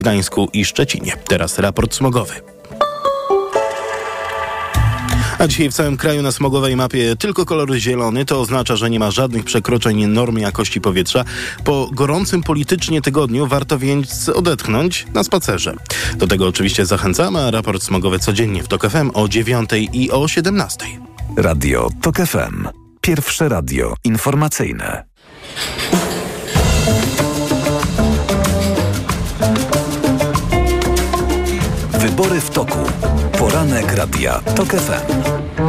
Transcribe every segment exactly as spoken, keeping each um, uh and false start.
w Gdańsku i Szczecinie. Teraz raport smogowy. A dzisiaj w całym kraju na smogowej mapie tylko kolor zielony. To oznacza, że nie ma żadnych przekroczeń norm jakości powietrza. Po gorącym politycznie tygodniu warto więc odetchnąć na spacerze. Do tego oczywiście zachęcamy, a raport smogowy codziennie w Tok F M o dziewiątej i o siedemnastej. Radio Tok F M. Pierwsze radio informacyjne. Wybory w toku. Poranek Radia Tok F M.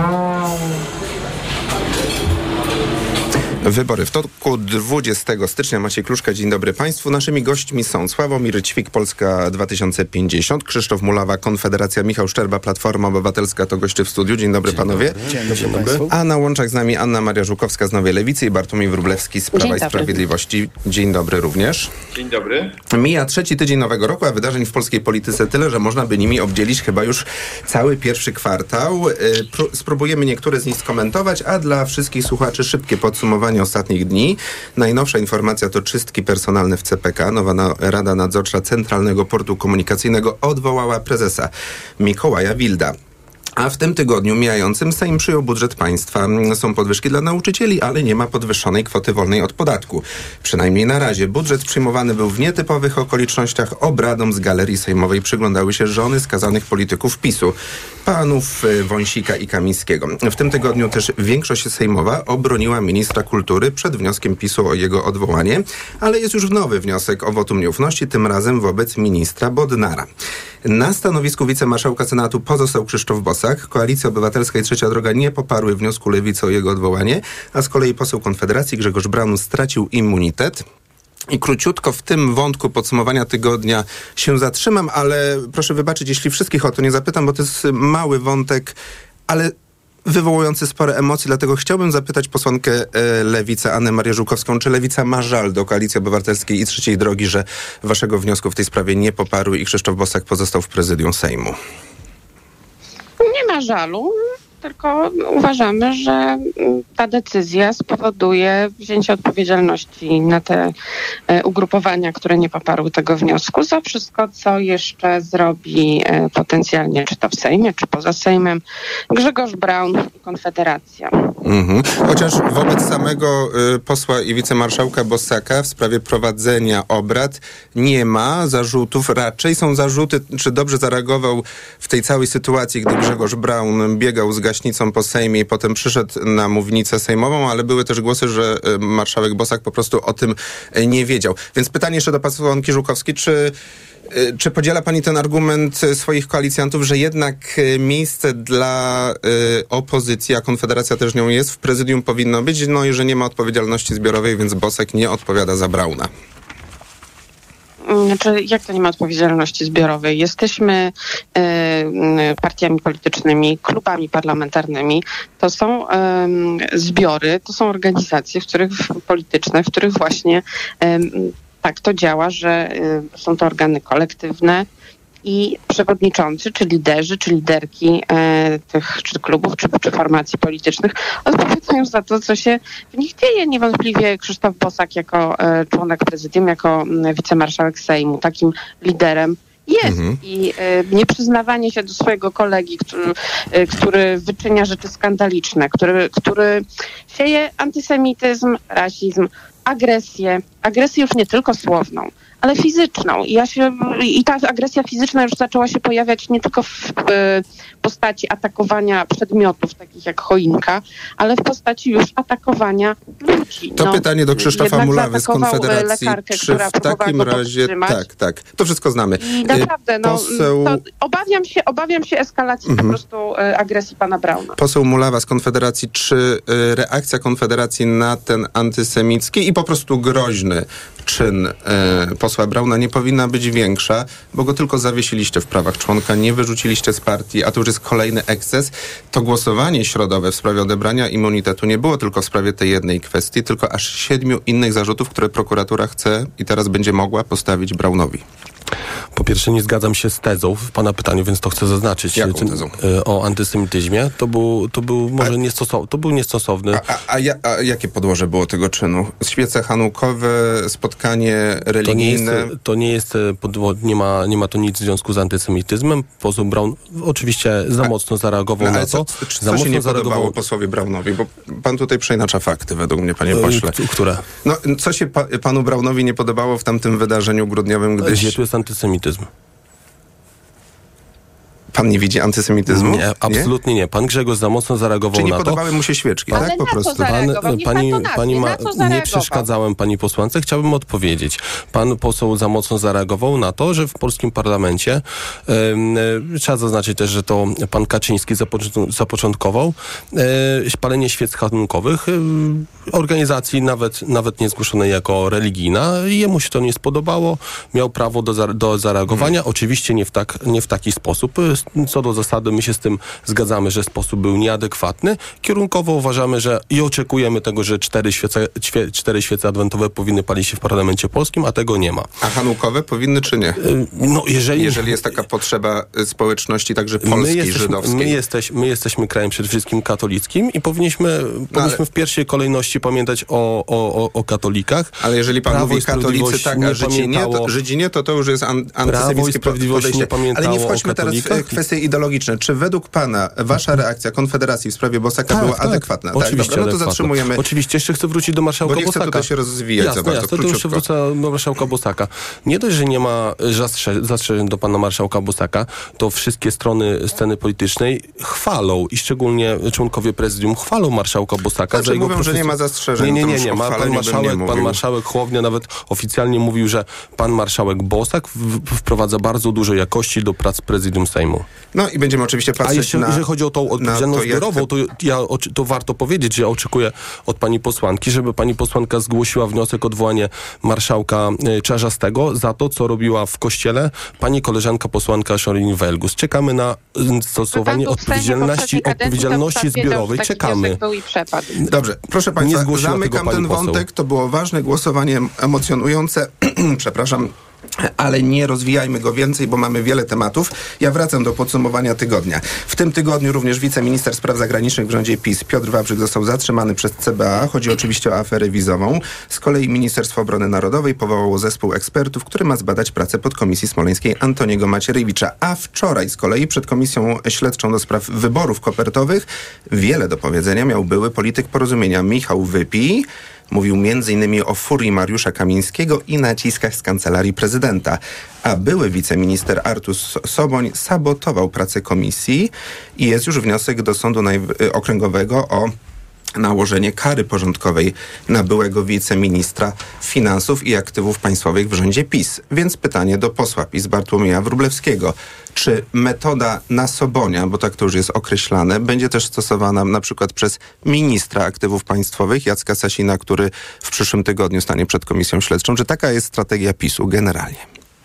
Wybory w toku dwudziestego stycznia. Maciej Kluszka, dzień dobry Państwu. Naszymi gośćmi są Sławomir Ćwik, Polska dwa tysiące pięćdziesiąt, Krzysztof Mulawa, Konfederacja, Michał Szczerba, Platforma Obywatelska, to goście w studiu. Dzień dobry dzień panowie. Dobry. Dzień dobry, dzień dobry. A na łączach z nami Anna Maria Żukowska z Nowej Lewicy i Bartłomiej Wróblewski z Prawa i Sprawiedliwości. Dzień dobry również. Dzień dobry. Mija trzeci tydzień nowego roku, a wydarzeń w polskiej polityce tyle, że można by nimi obdzielić chyba już cały pierwszy kwartał. Spróbujemy niektóre z nich skomentować, a dla wszystkich słuchaczy szybkie podsumowanie ostatnich dni. Najnowsza informacja to czystki personalne w C P K. Nowa na, Rada Nadzorcza Centralnego Portu Komunikacyjnego odwołała prezesa Mikołaja Wilda. A w tym tygodniu mijającym Sejm przyjął budżet państwa. Są podwyżki dla nauczycieli, ale nie ma podwyższonej kwoty wolnej od podatku. Przynajmniej na razie. Budżet przyjmowany był w nietypowych okolicznościach. Obradom z galerii sejmowej przyglądały się żony skazanych polityków PiSu. Panów Wąsika i Kamińskiego. W tym tygodniu też większość sejmowa obroniła ministra kultury przed wnioskiem PiSu o jego odwołanie, ale jest już nowy wniosek o wotum nieufności, tym razem wobec ministra Bodnara. Na stanowisku wicemarszałka Senatu pozostał Krzysztof Bosak. Koalicja Obywatelska i Trzecia Droga nie poparły wniosku Lewicy o jego odwołanie, a z kolei poseł Konfederacji Grzegorz Braun stracił immunitet. I króciutko w tym wątku podsumowania tygodnia się zatrzymam, ale proszę wybaczyć, jeśli wszystkich o to nie zapytam, bo to jest mały wątek, ale wywołujący spore emocje, dlatego chciałbym zapytać posłankę e, Lewicy Annę Marię Żukowską, czy Lewica ma żal do Koalicji Obywatelskiej i Trzeciej Drogi, że waszego wniosku w tej sprawie nie poparły i Krzysztof Bosak pozostał w prezydium Sejmu? Nie ma żalu, tylko uważamy, że ta decyzja spowoduje wzięcie odpowiedzialności na te e, ugrupowania, które nie poparły tego wniosku, za wszystko, co jeszcze zrobi e, potencjalnie, czy to w Sejmie, czy poza Sejmem, Grzegorz Braun i Konfederacja. Mhm. Chociaż wobec samego y, posła i wicemarszałka Bosaka w sprawie prowadzenia obrad nie ma zarzutów, raczej są zarzuty, czy dobrze zareagował w tej całej sytuacji, gdy Grzegorz Braun biegał z gaśnicą po Sejmie i potem przyszedł na mównicę sejmową, ale były też głosy, że y, marszałek Bosak po prostu o tym y, nie wiedział. Więc pytanie jeszcze do posłanki Żukowskiej, czy Czy podziela pani ten argument swoich koalicjantów, że jednak miejsce dla y, opozycji, a Konfederacja też nią jest, w prezydium powinno być, no i że nie ma odpowiedzialności zbiorowej, więc Bosak nie odpowiada za Brauna? Znaczy, jak to nie ma odpowiedzialności zbiorowej? Jesteśmy y, partiami politycznymi, klubami parlamentarnymi. To są y, zbiory, to są organizacje, w których polityczne, w których właśnie y, tak to działa, że y, są to organy kolektywne i przewodniczący, czy liderzy, czy liderki e, tych czy klubów, czy, czy formacji politycznych odpowiadają za to, co się w nich dzieje. Niewątpliwie Krzysztof Bosak jako e, członek prezydium, jako m, wicemarszałek Sejmu, takim liderem jest. Mhm. I e, nieprzyznawanie się do swojego kolegi, który, e, który wyczynia rzeczy skandaliczne, który, który sieje antysemityzm, rasizm, agresję, agresję już nie tylko słowną, ale fizyczną. I, ja się, I ta agresja fizyczna już zaczęła się pojawiać nie tylko w y, postaci atakowania przedmiotów, takich jak choinka, ale w postaci już atakowania ludzi. To no, pytanie do Krzysztofa Mulawy z Konfederacji. Lekarkę, czy w takim razie... Tak, tak. To wszystko znamy. I naprawdę, no, Poseł... to obawiam się, obawiam się eskalacji mhm. po prostu y, agresji pana Brauna. Poseł Mulawa z Konfederacji, czy y, reakcja Konfederacji na ten antysemicki i po prostu groźny czyn y, posła Brauna nie powinna być większa, bo go tylko zawiesiliście w prawach członka, nie wyrzuciliście z partii, a to już jest kolejny eksces. To głosowanie środowe w sprawie odebrania immunitetu nie było tylko w sprawie tej jednej kwestii, tylko aż siedmiu innych zarzutów, które prokuratura chce i teraz będzie mogła postawić Braunowi. Po pierwsze, nie zgadzam się z tezą w pana pytaniu, więc to chcę zaznaczyć. Jaką tezą? O antysemityzmie. To był, to był może niestosowny. To był niestosowny. A, a, a, ja, a jakie podłoże było tego czynu? Świece hanukowe, spotkanie religijne? To nie jest, to nie, jest podło- nie, ma, nie ma to nic w związku z antysemityzmem. Poseł Braun oczywiście za mocno zareagował no, na co, to. Co, za co się mocno nie zareagował... podobało posłowi Braunowi? Bo pan tutaj przeinacza fakty, według mnie, panie pośle. Które? No, co się pa, panu Braunowi nie podobało w tamtym wydarzeniu grudniowym, gdyś... Gdzie tu jest antysemityzm? Pan nie widzi antysemityzmu? Nie, absolutnie nie. nie. Pan Grzegorz za mocno zareagował Czyli na to. nie podobały mu się świeczki, ale tak? Po na prostu. co zareagował? Pan, Niech pani, pan to nazwie. pani ma, Na co nie zareagował? przeszkadzałem pani posłance, chciałbym odpowiedzieć. Pan poseł za mocno zareagował na to, że w polskim parlamencie e, trzeba zaznaczyć też, że to pan Kaczyński zapoczą- zapoczątkował e, palenie świec hanunkowych e, organizacji nawet, nawet nie zgłoszonej jako religijna. Jemu się to nie spodobało. Miał prawo do, za, do zareagowania. Hmm. Oczywiście nie w, tak, nie w taki sposób. Co do zasady my się z tym zgadzamy, że sposób był nieadekwatny. Kierunkowo uważamy, że i oczekujemy tego, że cztery świece, ćwie, cztery świece adwentowe powinny palić się w parlamencie polskim, a tego nie ma. A hanukowe powinny czy nie? No, jeżeli... jeżeli jest taka potrzeba społeczności także polskiej, my jesteśmy, żydowskiej. My, jesteś, my jesteśmy krajem przede wszystkim katolickim i powinniśmy, no powinniśmy ale... w pierwszej kolejności pamiętać o, o, o, o katolikach. Ale jeżeli pan Prawo mówi katolicy tak, a Żydzi nie, to, Żydzi nie, to to już jest an, antysemickie podejście. Nie ale nie wchodźmy teraz w kwestie ideologiczne. Czy według pana wasza reakcja Konfederacji w sprawie Bosaka tak, była tak, adekwatna? Oczywiście, tak, dobra, no to zatrzymujemy. Oczywiście, jeszcze chcę wrócić do marszałka Bo nie chcę Bosaka. tutaj się rozwijać jasne, za bardzo, jasne, to jeszcze wrócę do marszałka Bosaka. Nie dość, że nie ma zastrze- zastrzeżeń do pana marszałka Bosaka, to wszystkie strony sceny politycznej chwalą i szczególnie członkowie prezydium chwalą marszałka Bosaka. Znaczy, za jego mówią, profes- że nie ma zastrzeżeń. Nie, nie, nie. nie. Ma pan, marszałek, pan marszałek Hołownia nawet oficjalnie mówił, że pan marszałek Bosak w- wprowadza bardzo dużo jakości do prac prezydium Sejmu. No i będziemy oczywiście patrzeć A jeśli, na... jeżeli chodzi o tą odpowiedzialność zbiorową, to, ja, to warto powiedzieć, że ja oczekuję od pani posłanki, żeby pani posłanka zgłosiła wniosek o odwołanie marszałka Czarzastego za to, co robiła w kościele pani koleżanka posłanka Szorin Welgus. Czekamy na stosowanie odpowiedzialności, odpowiedzialności zbiorowej. Czekamy. Dobrze, proszę państwa, zamykam ten wątek. To było ważne głosowanie, emocjonujące. Przepraszam. Ale nie rozwijajmy go więcej, bo mamy wiele tematów. Ja wracam do podsumowania tygodnia. W tym tygodniu również wiceminister spraw zagranicznych w rządzie PiS Piotr Wawrzyk został zatrzymany przez C B A. Chodzi oczywiście o aferę wizową. Z kolei Ministerstwo Obrony Narodowej powołało zespół ekspertów, który ma zbadać pracę podkomisji smoleńskiej Antoniego Macierewicza. A wczoraj z kolei przed Komisją Śledczą do spraw wyborów kopertowych wiele do powiedzenia miał były polityk Porozumienia Michał Wypij. Mówił między innymi o furii Mariusza Kamińskiego i naciskach z kancelarii prezydenta. A były wiceminister Artur Soboń sabotował pracę komisji i jest już wniosek do Sądu Najwy- Okręgowego o nałożenie kary porządkowej na byłego wiceministra finansów i aktywów państwowych w rządzie PiS. Więc pytanie do posła PiS Bartłomieja Wróblewskiego. Czy metoda na Sobonia, bo tak to już jest określane, będzie też stosowana na przykład przez ministra aktywów państwowych Jacka Sasina, który w przyszłym tygodniu stanie przed Komisją Śledczą? Czy taka jest strategia PiSu generalnie?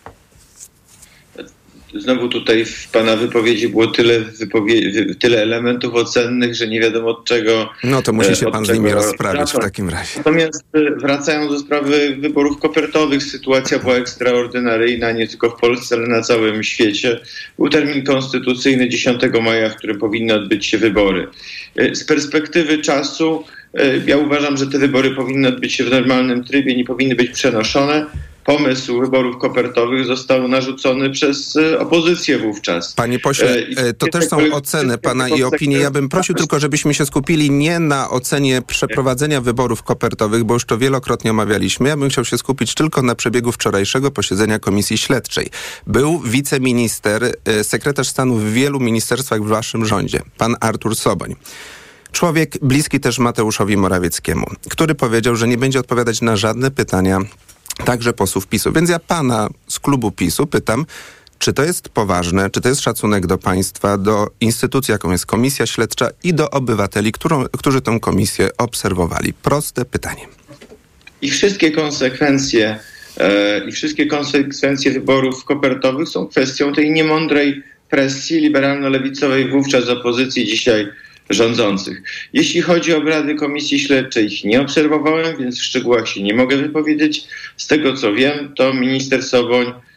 Znowu tutaj w pana wypowiedzi było tyle, wypowie- tyle elementów ocennych, że nie wiadomo od czego... No to musi się pan z nimi rozprawić w takim razie. Natomiast wracając do sprawy wyborów kopertowych, sytuacja była ekstraordynaryjna, nie tylko w Polsce, ale na całym świecie. Był termin konstytucyjny dziesiątego maja, w którym powinny odbyć się wybory. Z perspektywy czasu ja uważam, że te wybory powinny odbyć się w normalnym trybie, nie powinny być przenoszone. Pomysł wyborów kopertowych został narzucony przez opozycję wówczas. Panie pośle, to też są oceny pana i opinie. Ja bym prosił tylko, żebyśmy się skupili nie na ocenie przeprowadzenia wyborów kopertowych, bo już to wielokrotnie omawialiśmy. Ja bym chciał się skupić tylko na przebiegu wczorajszego posiedzenia Komisji Śledczej. Był wiceminister, sekretarz stanu w wielu ministerstwach w waszym rządzie, pan Artur Soboń. Człowiek bliski też Mateuszowi Morawieckiemu, który powiedział, że nie będzie odpowiadać na żadne pytania także posłów PiSu. Więc ja pana z klubu PiSu pytam, czy to jest poważne, czy to jest szacunek do państwa, do instytucji, jaką jest Komisja Śledcza i do obywateli, którą, którzy tę komisję obserwowali? Proste pytanie. I wszystkie konsekwencje e, i wszystkie konsekwencje wyborów kopertowych są kwestią tej niemądrej presji liberalno-lewicowej wówczas opozycji, dzisiaj rządzących. Jeśli chodzi o obrady Komisji Śledczej, ich nie obserwowałem, więc w szczegółach się nie mogę wypowiedzieć. Z tego co wiem, to minister Soboń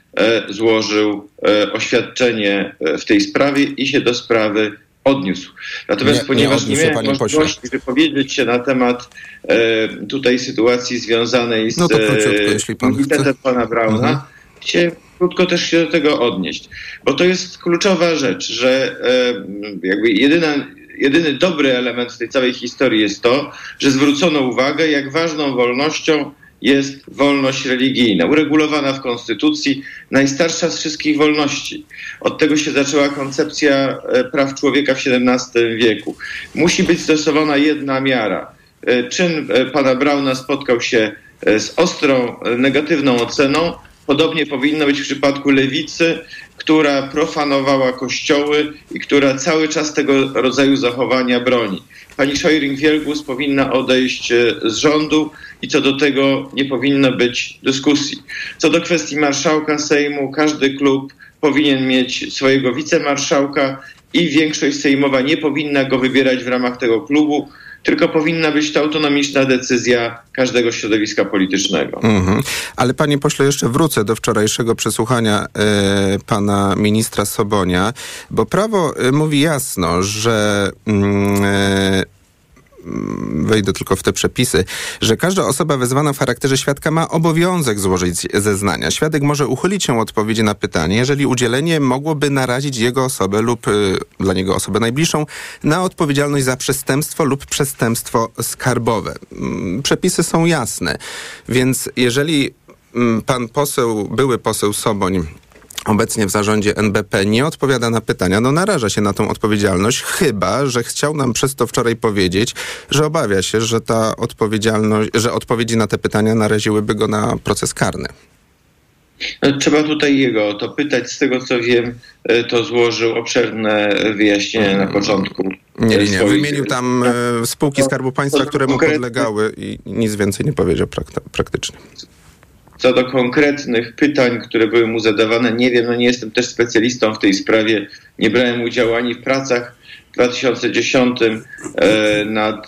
złożył oświadczenie w tej sprawie i się do sprawy odniósł. Natomiast nie, ponieważ nie, nie miałem możliwości wypowiedzieć się na temat e, tutaj sytuacji związanej z no immunitetem pana Brauna, mhm. chciałem krótko też się do tego odnieść. Bo to jest kluczowa rzecz, że e, jakby jedyna, jedyny dobry element w tej całej historii jest to, że zwrócono uwagę, jak ważną wolnością jest wolność religijna, uregulowana w Konstytucji, najstarsza z wszystkich wolności. Od tego się zaczęła koncepcja praw człowieka w siedemnastym wieku. Musi być stosowana jedna miara. Czyn pana Brauna spotkał się z ostrą, negatywną oceną. Podobnie powinno być w przypadku lewicy, która profanowała kościoły i która cały czas tego rodzaju zachowania broni. Pani Scheuring-Wielgus powinna odejść z rządu i co do tego nie powinno być dyskusji. Co do kwestii marszałka Sejmu, każdy klub powinien mieć swojego wicemarszałka i większość sejmowa nie powinna go wybierać w ramach tego klubu, tylko powinna być to autonomiczna decyzja każdego środowiska politycznego. Mm-hmm. Ale panie pośle, jeszcze wrócę do wczorajszego przesłuchania e, pana ministra Sobonia, bo prawo e, mówi jasno, że mm, e, wejdę tylko w te przepisy, że każda osoba wezwana w charakterze świadka ma obowiązek złożyć zeznania. Świadek może uchylić się odpowiedzi na pytanie, jeżeli udzielenie mogłoby narazić jego osobę lub y, dla niego osobę najbliższą na odpowiedzialność za przestępstwo lub przestępstwo skarbowe. Mm, przepisy są jasne, więc jeżeli mm, pan poseł, były poseł Soboń obecnie w zarządzie N B P nie odpowiada na pytania, no naraża się na tą odpowiedzialność, chyba że chciał nam przez to wczoraj powiedzieć, że obawia się, że ta odpowiedzialność, że odpowiedzi na te pytania naraziłyby go na proces karny. No, trzeba tutaj jego o to pytać. Z tego co wiem, to złożył obszerne wyjaśnienia na początku. Nie, nie, nie. Wymienił tam e, spółki Skarbu Państwa, które mu podlegały i nic więcej nie powiedział prak- praktycznie. Co do konkretnych pytań, które były mu zadawane, nie wiem, no nie jestem też specjalistą w tej sprawie, nie brałem udziału ani w pracach w dwa tysiące dziesiątym e, nad,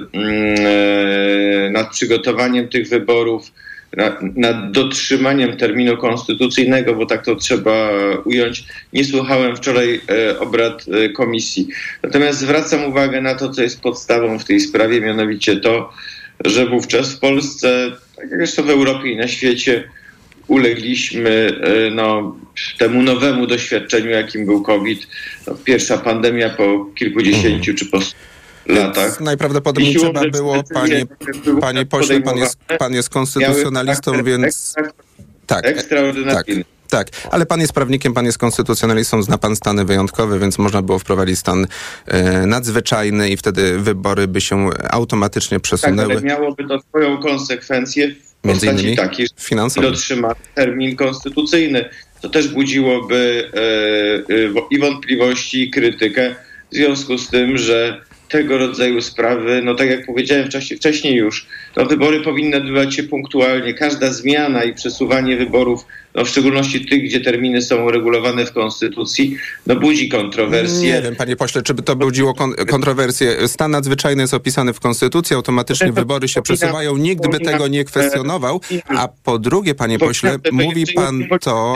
e, nad przygotowaniem tych wyborów, nad, nad dotrzymaniem terminu konstytucyjnego, bo tak to trzeba ująć. Nie słuchałem wczoraj e, obrad e, komisji. Natomiast zwracam uwagę na to, co jest podstawą w tej sprawie, mianowicie to, że wówczas w Polsce, tak jak zresztą w Europie i na świecie, ulegliśmy no, temu nowemu doświadczeniu, jakim był COVID. No, pierwsza pandemia po kilkudziesięciu mm. czy po latach. Najprawdopodobniej trzeba było, panie, panie pośle, pan jest, pan jest konstytucjonalistą, więc... Tak, ekstraordynaryjny. Tak, ale pan jest prawnikiem, pan jest konstytucjonalistą, zna pan stany wyjątkowe, więc można było wprowadzić stan e, nadzwyczajny i wtedy wybory by się automatycznie przesunęły. Tak, ale miałoby to swoją konsekwencję w Między postaci takiej, że dotrzyma termin konstytucyjny. To też budziłoby e, e, i wątpliwości, i krytykę w związku z tym, że tego rodzaju sprawy, no tak jak powiedziałem wcześniej, wcześniej już, no wybory powinny odbywać się punktualnie. Każda zmiana i przesuwanie wyborów, no w szczególności tych, gdzie terminy są uregulowane w Konstytucji, no budzi kontrowersje. Nie wiem, panie pośle, czy by to budziło kon- kontrowersje. Stan nadzwyczajny jest opisany w Konstytucji, automatycznie wybory się przesuwają, nikt by tego nie kwestionował, a po drugie, panie pośle, mówi pan to...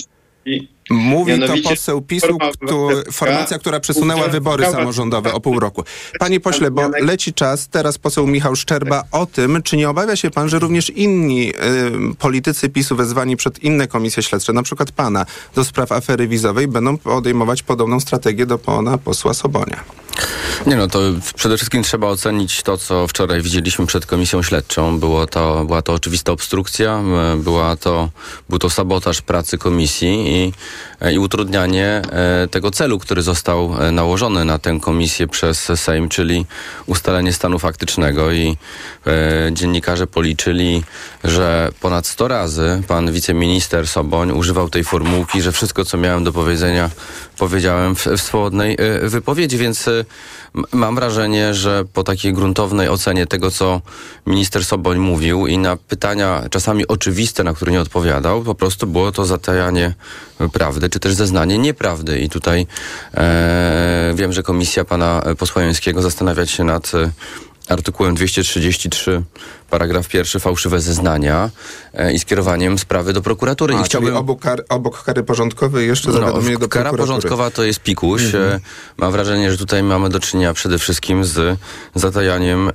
Mówi to poseł PiSu, który, formacja, która przesunęła wybory samorządowe o pół roku. Panie pośle, bo leci czas, teraz poseł Michał Szczerba o tym, czy nie obawia się pan, że również inni y, politycy PiSu wezwani przed inne komisje śledcze, na przykład pana, do spraw afery wizowej, będą podejmować podobną strategię do pana posła Sobonia? Nie no, to przede wszystkim trzeba ocenić to, co wczoraj widzieliśmy przed komisją śledczą. Było to, była to oczywista obstrukcja, była to, był to sabotaż pracy komisji i, i utrudnianie e, tego celu, który został nałożony na tę komisję przez Sejm, czyli ustalenie stanu faktycznego i e, dziennikarze policzyli, że ponad sto razy pan wiceminister Soboń używał tej formułki, że wszystko, co miałem do powiedzenia, powiedziałem w, w swobodnej e, wypowiedzi, więc e, mam wrażenie, że po takiej gruntownej ocenie tego, co minister Soboń mówił i na pytania czasami oczywiste, na które nie odpowiadał, po prostu było to zatajanie prawdy, czy też zeznanie nieprawdy. I tutaj e, wiem, że komisja pana posła Jońskiego zastanawia się nad artykułem dwieście trzydzieści trzy, paragraf pierwszy, fałszywe zeznania e, i skierowaniem sprawy do prokuratury. A, I chciałbym... czyli obok, kar, obok kary porządkowej jeszcze zawiadomienie no, do kara prokuratury. porządkowa to jest pikuś. Mhm. E, mam wrażenie, że tutaj mamy do czynienia przede wszystkim z zatajaniem e,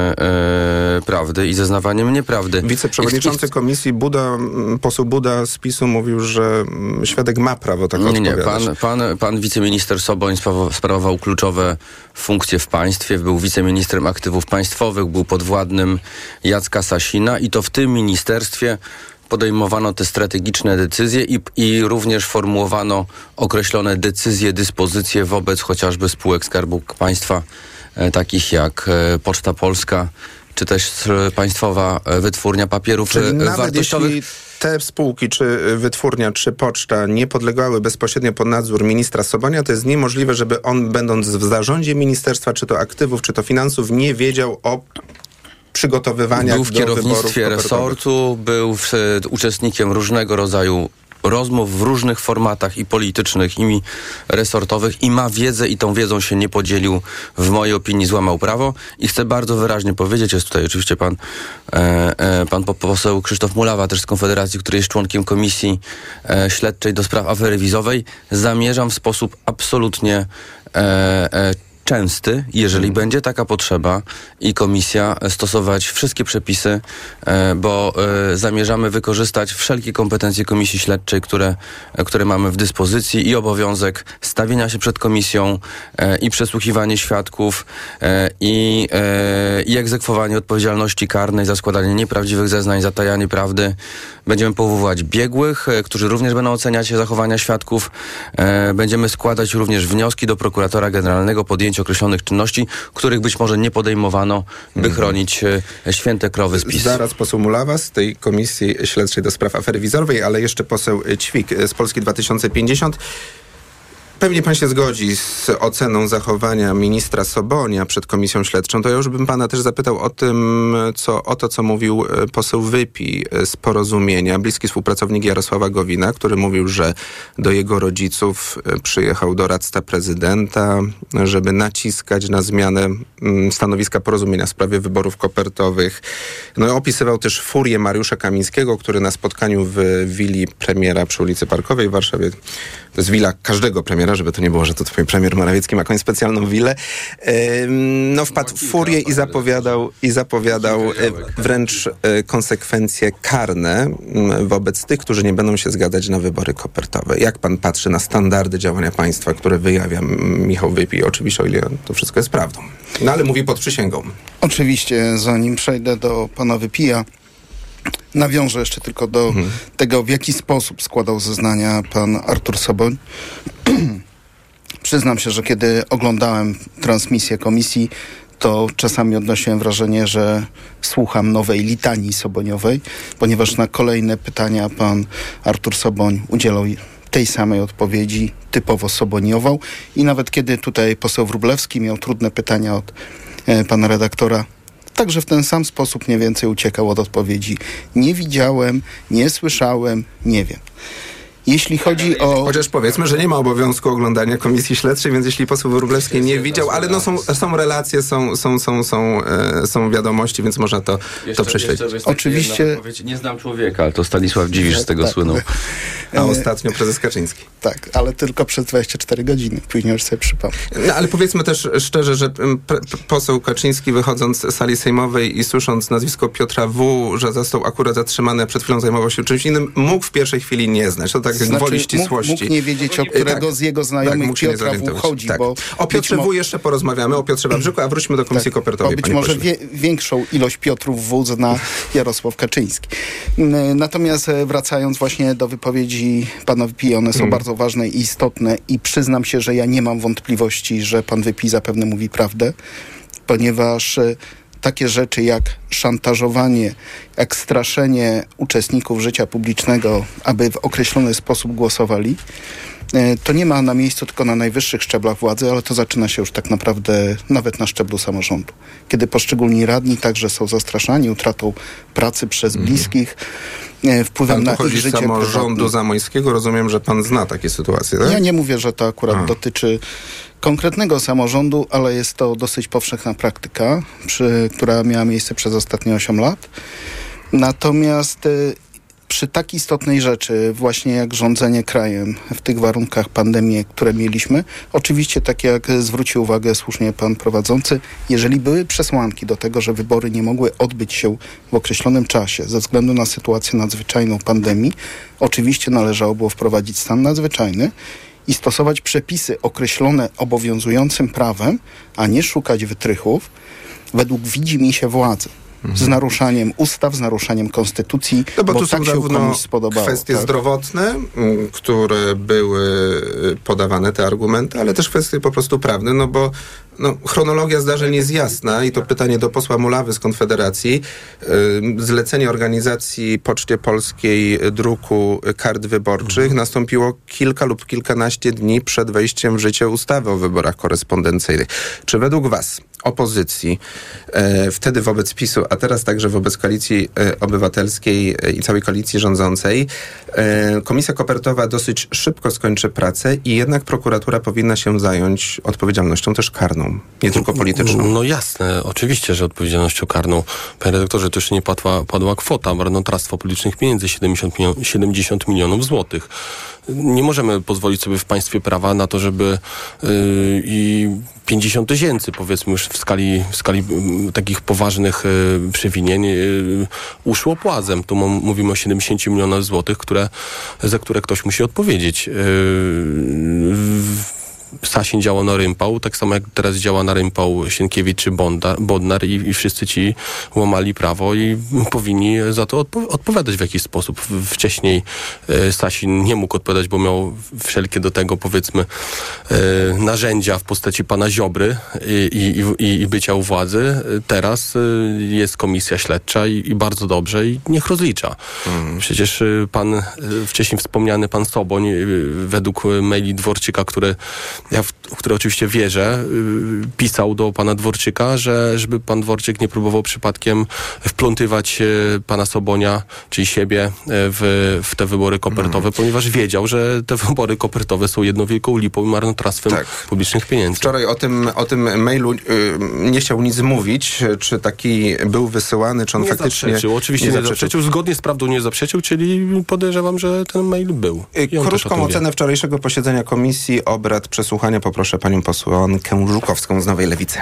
e, prawdy i zeznawaniem nieprawdy. Wiceprzewodniczący I, i... komisji Buda, poseł Buda z PiSu mówił, że świadek ma prawo tak nie, nie, odpowiadać. pan, pan, pan wiceminister Soboń sprawował kluczowe funkcje w państwie, był wiceministrem aktywów państwowych, był podwładnym Jacka Sasina i to w tym ministerstwie podejmowano te strategiczne decyzje i, i również formułowano określone decyzje, dyspozycje wobec chociażby spółek Skarbu Państwa, e, takich jak e, Poczta Polska, czy też e, Państwowa Wytwórnia Papierów Czyli e, nawet Wartościowych. jeśli te spółki, czy wytwórnia, czy poczta nie podlegały bezpośrednio pod nadzór ministra Sobonia, to jest niemożliwe, żeby on, będąc w zarządzie ministerstwa, czy to aktywów, czy to finansów, nie wiedział o przygotowywaniach Był w do wyborów kierownictwie kopertowych. resortu, był w, uczestnikiem różnego rodzaju rozmów w różnych formatach i politycznych, i resortowych i ma wiedzę i tą wiedzą się nie podzielił, w mojej opinii złamał prawo i chcę bardzo wyraźnie powiedzieć, jest tutaj oczywiście pan, e, e, pan poseł Krzysztof Mulawa też z Konfederacji, który jest członkiem Komisji e, Śledczej do spraw afery wizowej, zamierzam w sposób absolutnie e, e, częsty, jeżeli hmm. będzie taka potrzeba i komisja stosować wszystkie przepisy, e, bo e, zamierzamy wykorzystać wszelkie kompetencje Komisji Śledczej, które, e, które mamy w dyspozycji i obowiązek stawienia się przed komisją e, i przesłuchiwanie świadków e, i, e, i egzekwowanie odpowiedzialności karnej za składanie nieprawdziwych zeznań, zatajanie prawdy. Będziemy powoływać biegłych, e, którzy również będą oceniać zachowania świadków. E, będziemy składać również wnioski do prokuratora generalnego, podjęcie określonych czynności, których być może nie podejmowano, by mm. chronić e, święte krowy z PiS. Zaraz poseł Mulawa z tej Komisji Śledczej do spraw afery wizowej, ale jeszcze poseł Ćwik z Polski dwa tysiące pięćdziesiąt. Pewnie pan się zgodzi z oceną zachowania ministra Sobonia przed Komisją Śledczą. To ja już bym pana też zapytał o tym, co, o to, co mówił poseł Wypi z Porozumienia, bliski współpracownik Jarosława Gowina, który mówił, że do jego rodziców przyjechał doradca prezydenta, żeby naciskać na zmianę stanowiska Porozumienia w sprawie wyborów kopertowych. No, opisywał też furię Mariusza Kamińskiego, który na spotkaniu w willi premiera przy ulicy Parkowej w Warszawie, to jest willa każdego premiera, żeby to nie było, że to twój premier Morawiecki ma jakąś specjalną willę, no wpadł w furię i zapowiadał, i zapowiadał wręcz konsekwencje karne wobec tych, którzy nie będą się zgadzać na wybory kopertowe. Jak pan patrzy na standardy działania państwa, które wyjawia Michał Wypi? Oczywiście, o ile to wszystko jest prawdą. No ale mówi pod przysięgą. Oczywiście, zanim przejdę do pana Wypija, nawiążę jeszcze tylko do mhm. tego, w jaki sposób składał zeznania pan Artur Soboń. Przyznam się, że kiedy oglądałem transmisję komisji, to czasami odnosiłem wrażenie, że słucham nowej litanii soboniowej, ponieważ na kolejne pytania pan Artur Soboń udzielał tej samej odpowiedzi, typowo soboniową. I nawet kiedy tutaj poseł Wróblewski miał trudne pytania od e, pana redaktora, także w ten sam sposób mniej więcej uciekał od odpowiedzi. Nie widziałem, nie słyszałem, nie wiem. Jeśli chodzi o... Chociaż powiedzmy, że nie ma obowiązku oglądania Komisji Śledczej, więc jeśli poseł Wróblewski nie widział, ale no są, są relacje, są, są, są, są, e, są wiadomości, więc można to, jeszcze, to prześledzić. Oczywiście... Nie znam człowieka, ale to Stanisław Dziwisz z tego tak, słynął. A ostatnio prezes Kaczyński. Tak, ale tylko przez dwadzieścia cztery godziny. Później już sobie przypomnę. No ale powiedzmy też szczerze, że pre, poseł Kaczyński wychodząc z sali sejmowej i słysząc nazwisko Piotra W., że został akurat zatrzymany, przed chwilą zajmował się czymś innym, mógł w pierwszej chwili nie znać. To tak znaczy, gwoli ścisłości. Mógł, mógł nie wiedzieć, o którego tak, z jego znajomych tak, Piotra W. chodzi. Tak. Bo o Piotrze W. jeszcze porozmawiamy, o Piotrze Wawrzyku, a wróćmy do Komisji tak, Kopertowej. Bo być może wie, większą ilość Piotrów W. zna Jarosław Kaczyński. Natomiast wracając właśnie do wypowiedzi pana Wypija, one są hmm. bardzo ważne i istotne i przyznam się, że ja nie mam wątpliwości, że pan Wypij zapewne mówi prawdę, ponieważ takie rzeczy jak szantażowanie, jak straszenie uczestników życia publicznego, aby w określony sposób głosowali, To nie ma na miejscu tylko na najwyższych szczeblach władzy, ale to zaczyna się już tak naprawdę nawet na szczeblu samorządu. Kiedy poszczególni radni także są zastraszani utratą pracy przez bliskich, wpływem pan na ich pochodzi życie z samorządu prywatne. zamojskiego. Rozumiem, że pan zna takie sytuacje, tak? Ja nie mówię, że to akurat A. dotyczy konkretnego samorządu, ale jest to dosyć powszechna praktyka, przy, która miała miejsce przez ostatnie osiem lat. Natomiast y, przy tak istotnej rzeczy, właśnie jak rządzenie krajem w tych warunkach pandemii, które mieliśmy, oczywiście, tak jak zwrócił uwagę słusznie pan prowadzący, jeżeli były przesłanki do tego, że wybory nie mogły odbyć się w określonym czasie ze względu na sytuację nadzwyczajną pandemii, oczywiście należało było wprowadzić stan nadzwyczajny i stosować przepisy określone obowiązującym prawem, a nie szukać wytrychów według widzimisię władzy. Z naruszaniem ustaw, z naruszaniem konstytucji, No bo, bo tu tak są się zarówno komuś spodobało. kwestie tak. zdrowotne, m, które były podawane, te argumenty, ale też kwestie po prostu prawne, no bo no, chronologia zdarzeń jest jasna i to pytanie do posła Mulawy z Konfederacji. Ym, zlecenie organizacji Poczcie Polskiej druku kart wyborczych mhm. nastąpiło kilka lub kilkanaście dni przed wejściem w życie ustawy o wyborach korespondencyjnych. Czy według was opozycji, e, wtedy wobec PiSu, a teraz także wobec Koalicji e, Obywatelskiej e, i całej koalicji rządzącej, e, Komisja Kopertowa dosyć szybko skończy pracę i jednak prokuratura powinna się zająć odpowiedzialnością też karną, nie tylko polityczną. No jasne, oczywiście, że odpowiedzialnością karną. Panie redaktorze, to jeszcze nie padła, padła kwota, marnotrawstwo publicznych pieniędzy, siedemdziesiąt milionów złotych. Nie możemy pozwolić sobie w państwie prawa na to, żeby yy, i pięćdziesiąt tysięcy, powiedzmy już w skali, w skali y, takich poważnych y, przewinień y, uszło płazem. Tu m- mówimy o siedemdziesięciu milionach złotych, które, za które ktoś musi odpowiedzieć. Yy, w, Sasin działa na rympał, tak samo jak teraz działa na rympał Sienkiewicz czy Bonda, Bodnar i, i wszyscy ci łamali prawo i powinni za to odpo- odpowiadać w jakiś sposób. W, wcześniej e, Sasin nie mógł odpowiadać, bo miał wszelkie do tego, powiedzmy, e, narzędzia w postaci pana Ziobry i, i, i, i bycia u władzy. Teraz e, jest komisja śledcza i, i bardzo dobrze i niech rozlicza. Mm. Przecież e, pan, e, wcześniej wspomniany pan Soboń, e, według maili Dworczyka, który ja w, w które oczywiście wierzę, yy, pisał do pana Dworczyka, że żeby pan Dworczyk nie próbował przypadkiem wplątywać yy, pana Sobonia, czyli siebie yy, w, w te wybory kopertowe, mm. ponieważ wiedział, że te wybory kopertowe są jedną wielką lipą i marnotrawstwem tak. publicznych pieniędzy. Wczoraj o tym, o tym mailu yy, nie chciał nic mówić, czy taki był wysyłany, czy on nie faktycznie... Zaprzeczył. Oczywiście nie, nie zaprzeczył. zaprzeczył. Zgodnie z prawdą nie zaprzeczył, czyli podejrzewam, że ten mail był. Krótką ocenę wczorajszego posiedzenia Komisji Obrad Przesłuchania poproszę panią posłankę Żukowską z Nowej Lewicy.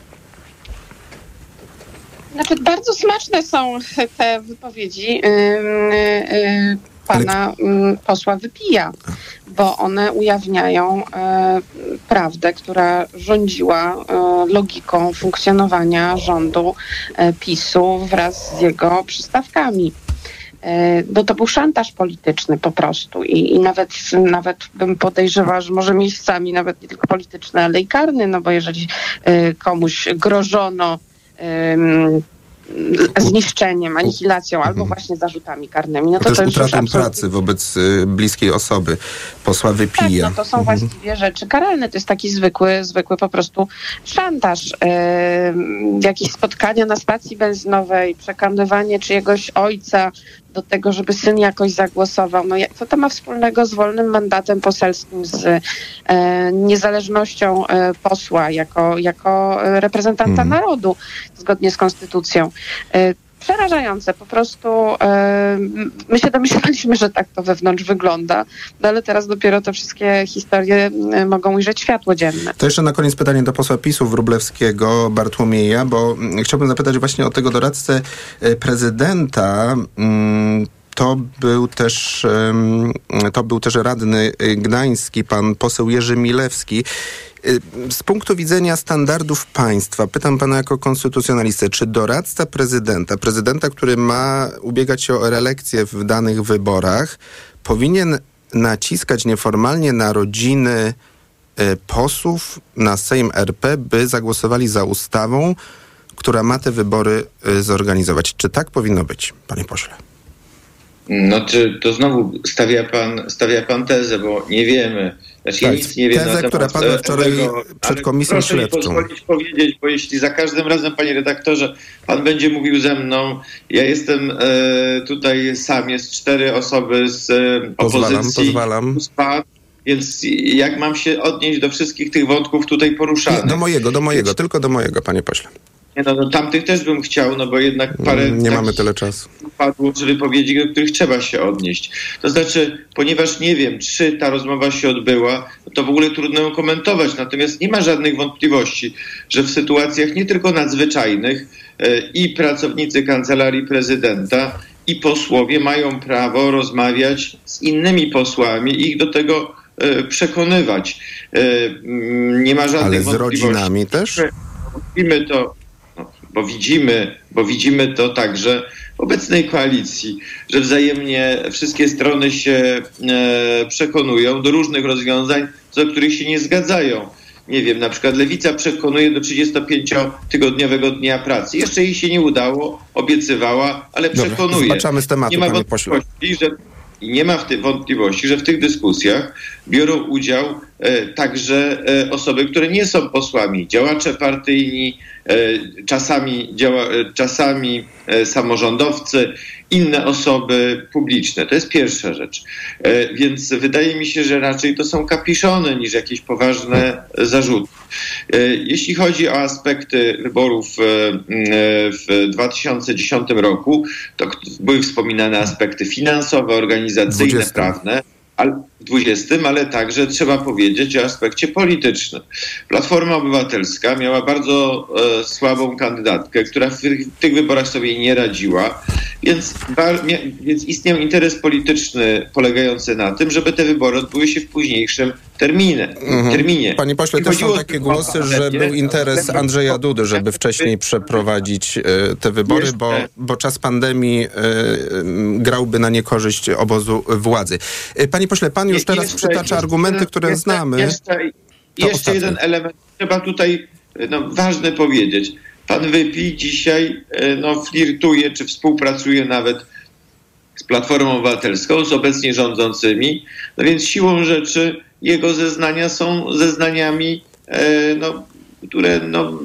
Znaczy, bardzo smaczne są te wypowiedzi yy, yy, pana yy, posła Wypija, bo one ujawniają yy, prawdę, która rządziła yy, logiką funkcjonowania rządu yy, PiSu wraz z jego przystawkami. No to był szantaż polityczny po prostu i, i nawet, nawet bym podejrzewała, że może miejscami nawet nie tylko polityczny, ale i karny, no bo jeżeli y, komuś grożono y, zniszczeniem, anihilacją albo mhm. właśnie zarzutami karnymi, no to, to, to jest już utratą absolutnie... pracy wobec y, bliskiej osoby, posła Wypija. Tak, no to są mhm. właściwie rzeczy karalne. To jest taki zwykły, zwykły po prostu szantaż. Yy, jakieś spotkania na stacji benzynowej, przekonywanie czyjegoś ojca do tego, żeby syn jakoś zagłosował. No co to ma wspólnego z wolnym mandatem poselskim, z e, niezależnością e, posła jako, jako reprezentanta hmm. narodu zgodnie z konstytucją? E, przerażające. Po prostu e, my się domyślaliśmy, że tak to wewnątrz wygląda, no ale teraz dopiero te wszystkie historie e, mogą ujrzeć światło dzienne. To jeszcze na koniec pytanie do posła PiSu Wróblewskiego, Bartłomieja, bo mm, chciałbym zapytać właśnie o tego doradcę e, prezydenta. Mm, To był też to był też radny gdański, pan poseł Jerzy Milewski. Z punktu widzenia standardów państwa, pytam pana jako konstytucjonalistę, czy doradca prezydenta, prezydenta, który ma ubiegać się o reelekcję w danych wyborach, powinien naciskać nieformalnie na rodziny posłów na Sejm R P, by zagłosowali za ustawą, która ma te wybory zorganizować? Czy tak powinno być, panie pośle? No czy to znowu stawia pan, stawia pan tezę, bo nie wiemy. Znaczy, tak, ja nic nie wiem tezę, na temat która padła wczoraj tego, przed komisją proszę śledczą. Proszę mi pozwolić powiedzieć, bo jeśli za każdym razem, panie redaktorze, pan będzie mówił ze mną, ja jestem e, tutaj sam, jest cztery osoby z e, opozycji. Pozwalam, pozwalam. Więc jak mam się odnieść do wszystkich tych wątków tutaj poruszanych? Nie, do mojego, do mojego, tylko do mojego, panie pośle. Nie, no, no tamtych też bym chciał, no bo jednak parę... Nie mamy tyle czasu. Padło z wypowiedzi, do których trzeba się odnieść. To znaczy, ponieważ nie wiem, czy ta rozmowa się odbyła, to w ogóle trudno ją komentować. Natomiast nie ma żadnych wątpliwości, że w sytuacjach nie tylko nadzwyczajnych e, i pracownicy Kancelarii Prezydenta, i posłowie mają prawo rozmawiać z innymi posłami i ich do tego e, przekonywać. E, nie ma żadnych Ale z wątpliwości. rodzinami też? Widzimy to, no, bo widzimy, bo widzimy to także w obecnej koalicji, że wzajemnie wszystkie strony się e, przekonują do różnych rozwiązań, co do których się nie zgadzają. Nie wiem, na przykład Lewica przekonuje do trzydziestopięciotygodniowego dnia pracy. Jeszcze jej się nie udało, obiecywała, ale przekonuje. Dobra, zbaczamy z tematu, nie ma panie pośle. że I nie ma w ty- wątpliwości, że w tych dyskusjach biorą udział e, także e, osoby, które nie są posłami, działacze partyjni, e, czasami, działa, e, czasami e, samorządowcy, inne osoby publiczne. To jest pierwsza rzecz. E, więc wydaje mi się, że raczej to są kapiszony niż jakieś poważne zarzuty. E, jeśli chodzi o aspekty wyborów e, w dwa tysiące dziesiątym roku, to były wspominane aspekty finansowe, organizacyjne, dwudziestym prawne, ale w dwudziestym, ale także trzeba powiedzieć o aspekcie politycznym. Platforma Obywatelska miała bardzo e, słabą kandydatkę, która w tych, w tych wyborach sobie nie radziła, więc, ba, mia, więc istniał interes polityczny polegający na tym, żeby te wybory odbyły się w późniejszym terminie. Mhm. terminie. Panie pośle, też są takie głosy, że był interes Andrzeja Dudy, żeby wcześniej przeprowadzić y, te wybory, bo, bo czas pandemii y, y, grałby na niekorzyść obozu władzy. Y, panie pośle, pan już teraz jeszcze, przytacza jeszcze, argumenty, które jeszcze, znamy. Jeszcze, jeszcze jeden element, trzeba tutaj no, ważne powiedzieć. Pan Wypij dzisiaj no, flirtuje, czy współpracuje nawet z Platformą Obywatelską, z obecnie rządzącymi, no więc siłą rzeczy jego zeznania są zeznaniami, e, no, które no,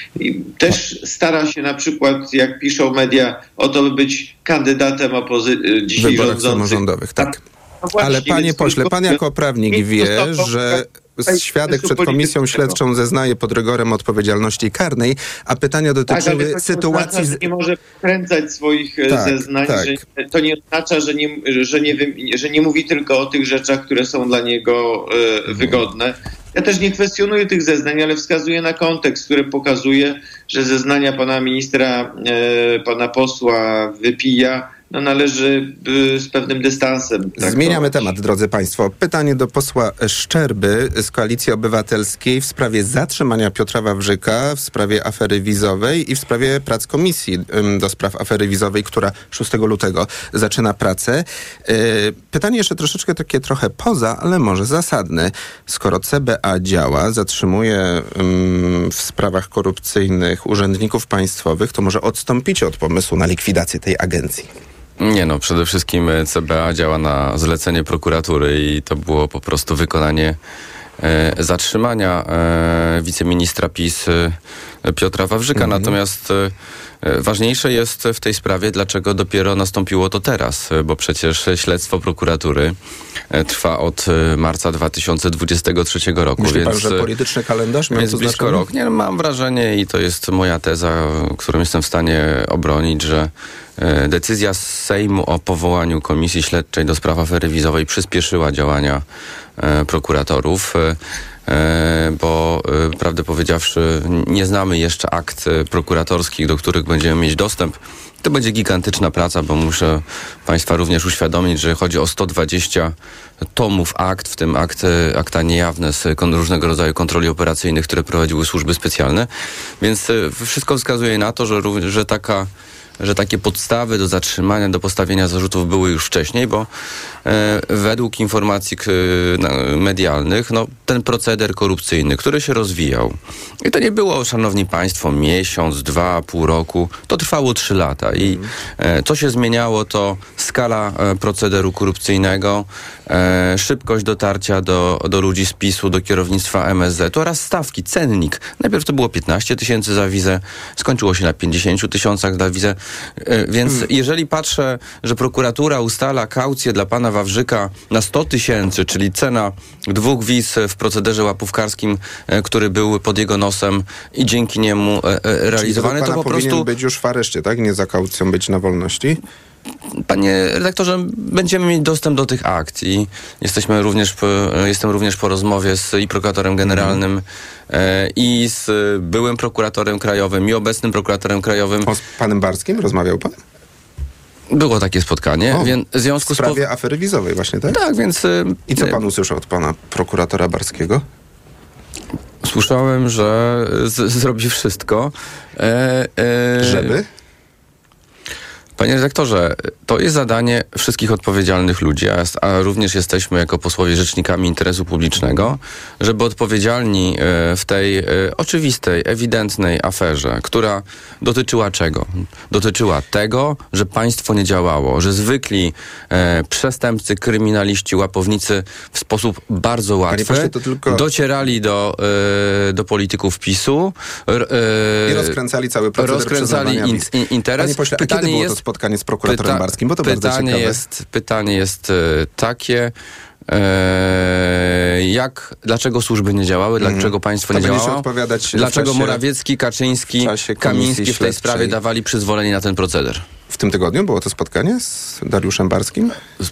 też stara się na przykład, jak piszą media, o to, by być kandydatem opozy- dzisiaj wyborach rządzących. samorządowych, tak. No właśnie, ale panie pośle, tylko, pan jako prawnik wie, że świadek przed komisją śledczą zeznaje pod rygorem odpowiedzialności karnej, a pytania dotyczyły tak, sytuacji... Oznacza, że nie może wkręcać swoich tak, zeznań, tak. Że to nie oznacza, że nie, że, nie, że nie mówi tylko o tych rzeczach, które są dla niego e, mhm. wygodne. Ja też nie kwestionuję tych zeznań, ale wskazuję na kontekst, który pokazuje, że zeznania pana ministra, e, pana posła Wypija no należy y, z pewnym dystansem traktować. Zmieniamy temat, drodzy państwo. Pytanie do posła Szczerby z Koalicji Obywatelskiej w sprawie zatrzymania Piotra Wawrzyka, w sprawie afery wizowej i w sprawie prac komisji y, do spraw afery wizowej, która szóstego lutego zaczyna pracę. Y, pytanie jeszcze troszeczkę takie trochę poza, ale może zasadne. Skoro C B A działa, zatrzymuje y, w sprawach korupcyjnych urzędników państwowych, to może odstąpicie od pomysłu na likwidację tej agencji? Nie no, przede wszystkim C B A działa na zlecenie prokuratury i to było po prostu wykonanie e, zatrzymania e, wiceministra PiS e, Piotra Wawrzyka. Mhm. Natomiast e, ważniejsze jest w tej sprawie, dlaczego dopiero nastąpiło to teraz, bo przecież śledztwo prokuratury e, trwa od marca dwa tysiące dwudziestego trzeciego roku. Myśli więc, pan, że polityczny kalendarz miał więc to blisko znaczenie? rok. Nie, mam wrażenie i to jest moja teza, którą jestem w stanie obronić, że decyzja z Sejmu o powołaniu Komisji Śledczej do spraw afery wizowej przyspieszyła działania e, prokuratorów, e, bo e, prawdę powiedziawszy nie znamy jeszcze akt prokuratorskich, do których będziemy mieć dostęp. To będzie gigantyczna praca, bo muszę państwa również uświadomić, że chodzi o sto dwadzieścia tomów akt, w tym akty, akta niejawne z różnego rodzaju kontroli operacyjnych, które prowadziły służby specjalne. Więc e, wszystko wskazuje na to, że, że taka że takie podstawy do zatrzymania, do postawienia zarzutów były już wcześniej, bo e, według informacji k, na, medialnych, no, ten proceder korupcyjny, który się rozwijał, i to nie było, szanowni państwo, miesiąc, dwa, pół roku, to trwało trzy lata. I e, co się zmieniało, to skala e, procederu korupcyjnego, e, szybkość dotarcia do, do ludzi z PiSu, do kierownictwa M S Z oraz stawki, cennik. Najpierw to było piętnaście tysięcy za wizę, skończyło się na pięćdziesięciu tysiącach za wizę. E, więc hmm. jeżeli patrzę, że prokuratura ustala kaucję dla pana Wawrzyka na sto tysięcy, czyli cena dwóch wiz w procederze łapówkarskim, e, który był pod jego nosem i dzięki niemu e, e, realizowany, to po prostu... powinien być już w areszcie, tak? Nie za kaucją być na wolności? Panie redaktorze, będziemy mieć dostęp do tych akcji. Jesteśmy również po, jestem również po rozmowie z i prokuratorem generalnym mm. e, i z byłym prokuratorem krajowym i obecnym prokuratorem krajowym. O, z panem Barskim rozmawiał pan? Było takie spotkanie. O, więc w związku w sprawie z po... afery wizowej właśnie, tak? Tak, więc... I co pan usłyszał od pana prokuratora Barskiego? Słyszałem, że z- zrobi wszystko. E, e, Żeby? Panie redaktorze, to jest zadanie wszystkich odpowiedzialnych ludzi, a, a również jesteśmy jako posłowie rzecznikami interesu publicznego, żeby odpowiedzialni w tej oczywistej, ewidentnej aferze, która dotyczyła czego? Dotyczyła tego, że państwo nie działało, że zwykli e, przestępcy, kryminaliści, łapownicy w sposób bardzo łatwy pośle, to tylko... docierali do, e, do polityków PiSu e, i rozkręcali cały proceder rozkręcali in, in, interes. Panie pośle, a Pytanie kiedy było jest, to spotkanie z prokuratorem pyta, Barskim? Bo to bardzo ciekawe. Jest, pytanie jest y, takie, y, jak, dlaczego służby nie działały, mm. dlaczego państwo to nie działało, dlaczego czasie, Morawiecki, Kaczyński, Kamiński w tej sprawie dawali przyzwolenie na ten proceder. W tym tygodniu było to spotkanie z Dariuszem Barskim?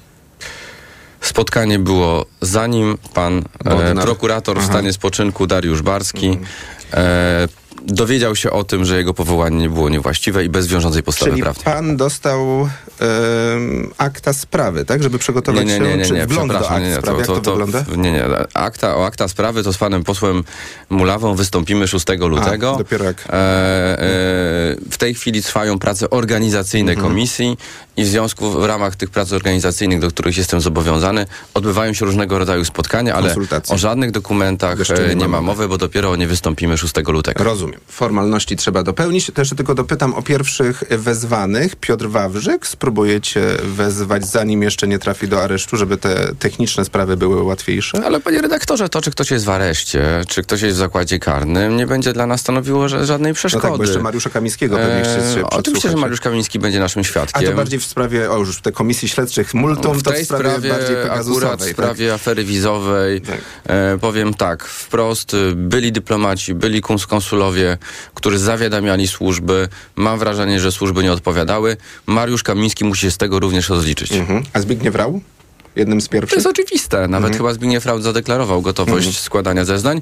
Spotkanie było zanim pan e, prokurator Aha. w stanie spoczynku Dariusz Barski mm. e, dowiedział się o tym, że jego powołanie nie było niewłaściwe i bez wiążącej podstawy Czyli prawnej. Pan dostał e, akta sprawy, tak? Żeby przygotować nie, nie, nie, nie, się, nie, czy wgląd do akt nie, sprawy, to, to, jak to, to wygląda? Nie, nie, akta, o akta sprawy to z panem posłem Mulawą wystąpimy szóstego lutego. A, dopiero jak... E, e, w tej chwili trwają prace organizacyjne mhm. komisji i w związku w ramach tych prac organizacyjnych, do których jestem zobowiązany, odbywają się różnego rodzaju spotkania, ale o żadnych dokumentach nie, nie ma mowy, bo dopiero o nie wystąpimy szóstego lutego. Rozumiem. Formalności trzeba dopełnić. Też tylko dopytam o pierwszych wezwanych. Piotr Wawrzyk, spróbujecie wezwać, zanim jeszcze nie trafi do aresztu, żeby te techniczne sprawy były łatwiejsze? Ale panie redaktorze, to czy ktoś jest w areszcie, czy ktoś jest w zakładzie karnym, nie będzie dla nas stanowiło że żadnej przeszkody. No tak, bo jeszcze Mariusza Kamińskiego pewnie chcecie się Oczywiście, że Mariusz Kamiński będzie naszym świadkiem. A to bardziej w sprawie, o już, te komisji śledczych multum, w to tej w sprawie, sprawie bardziej Pegasusowej. Akurat w sprawie tak? afery wizowej, tak. E, powiem tak, wprost, byli dyplomaci, byli konsulowie, którzy zawiadamiali służby. Mam wrażenie, że służby nie odpowiadały. Mariusz Kamiński musi się z tego również rozliczyć. Mhm. A Zbigniew Rau? Jednym z pierwszych? To jest oczywiste. Nawet mhm. chyba Zbigniew Rau zadeklarował gotowość mhm. składania zeznań.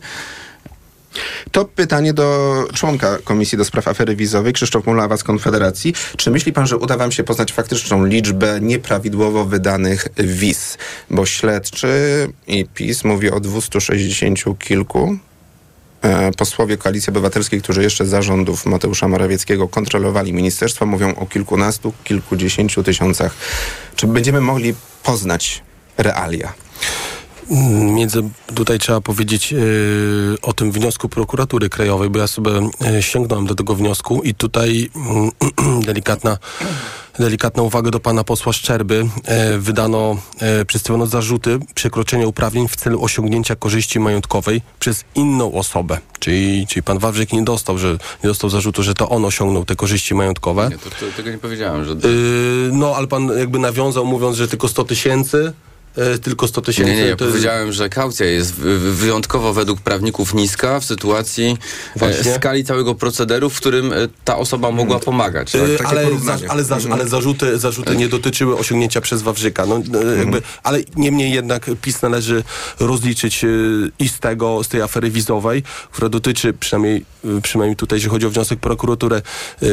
To pytanie do członka Komisji do Spraw Afery Wizowej, Krzysztof Mulawa z Konfederacji. Czy myśli pan, że uda wam się poznać faktyczną liczbę nieprawidłowo wydanych wiz? Bo śledczy i PiS mówi o dwustu sześćdziesięciu kilku. E, posłowie Koalicji Obywatelskiej, którzy jeszcze za rządów Mateusza Morawieckiego kontrolowali ministerstwo, mówią o kilkunastu, kilkudziesięciu tysiącach. Czy będziemy mogli poznać realia? Między, tutaj trzeba powiedzieć yy, o tym wniosku prokuratury krajowej, bo ja sobie yy, sięgnąłem do tego wniosku i tutaj yy, delikatna, delikatna uwaga do pana posła Szczerby. Yy, wydano, yy, przedstawiono zarzuty przekroczenia uprawnień w celu osiągnięcia korzyści majątkowej przez inną osobę. Czyli, czyli pan Wawrzyk nie dostał, że, nie dostał zarzutu, że to on osiągnął te korzyści majątkowe. Nie, to, to, tego nie powiedziałem. Że... Yy, no, ale pan jakby nawiązał, mówiąc, że tylko sto tysięcy. E, tylko sto tysięcy. Nie, nie, ja to powiedziałem, jest... że kaucja jest wyjątkowo według prawników niska w sytuacji e, skali całego procederu, w którym e, ta osoba mogła pomagać. Tak? E, ale, za, ale, za, ale zarzuty, zarzuty nie dotyczyły osiągnięcia przez Wawrzyka. No, e, jakby, ale niemniej jednak PiS należy rozliczyć e, i z tego, z tej afery wizowej, która dotyczy przynajmniej przynajmniej tutaj, jeżeli chodzi o wniosek prokuratury,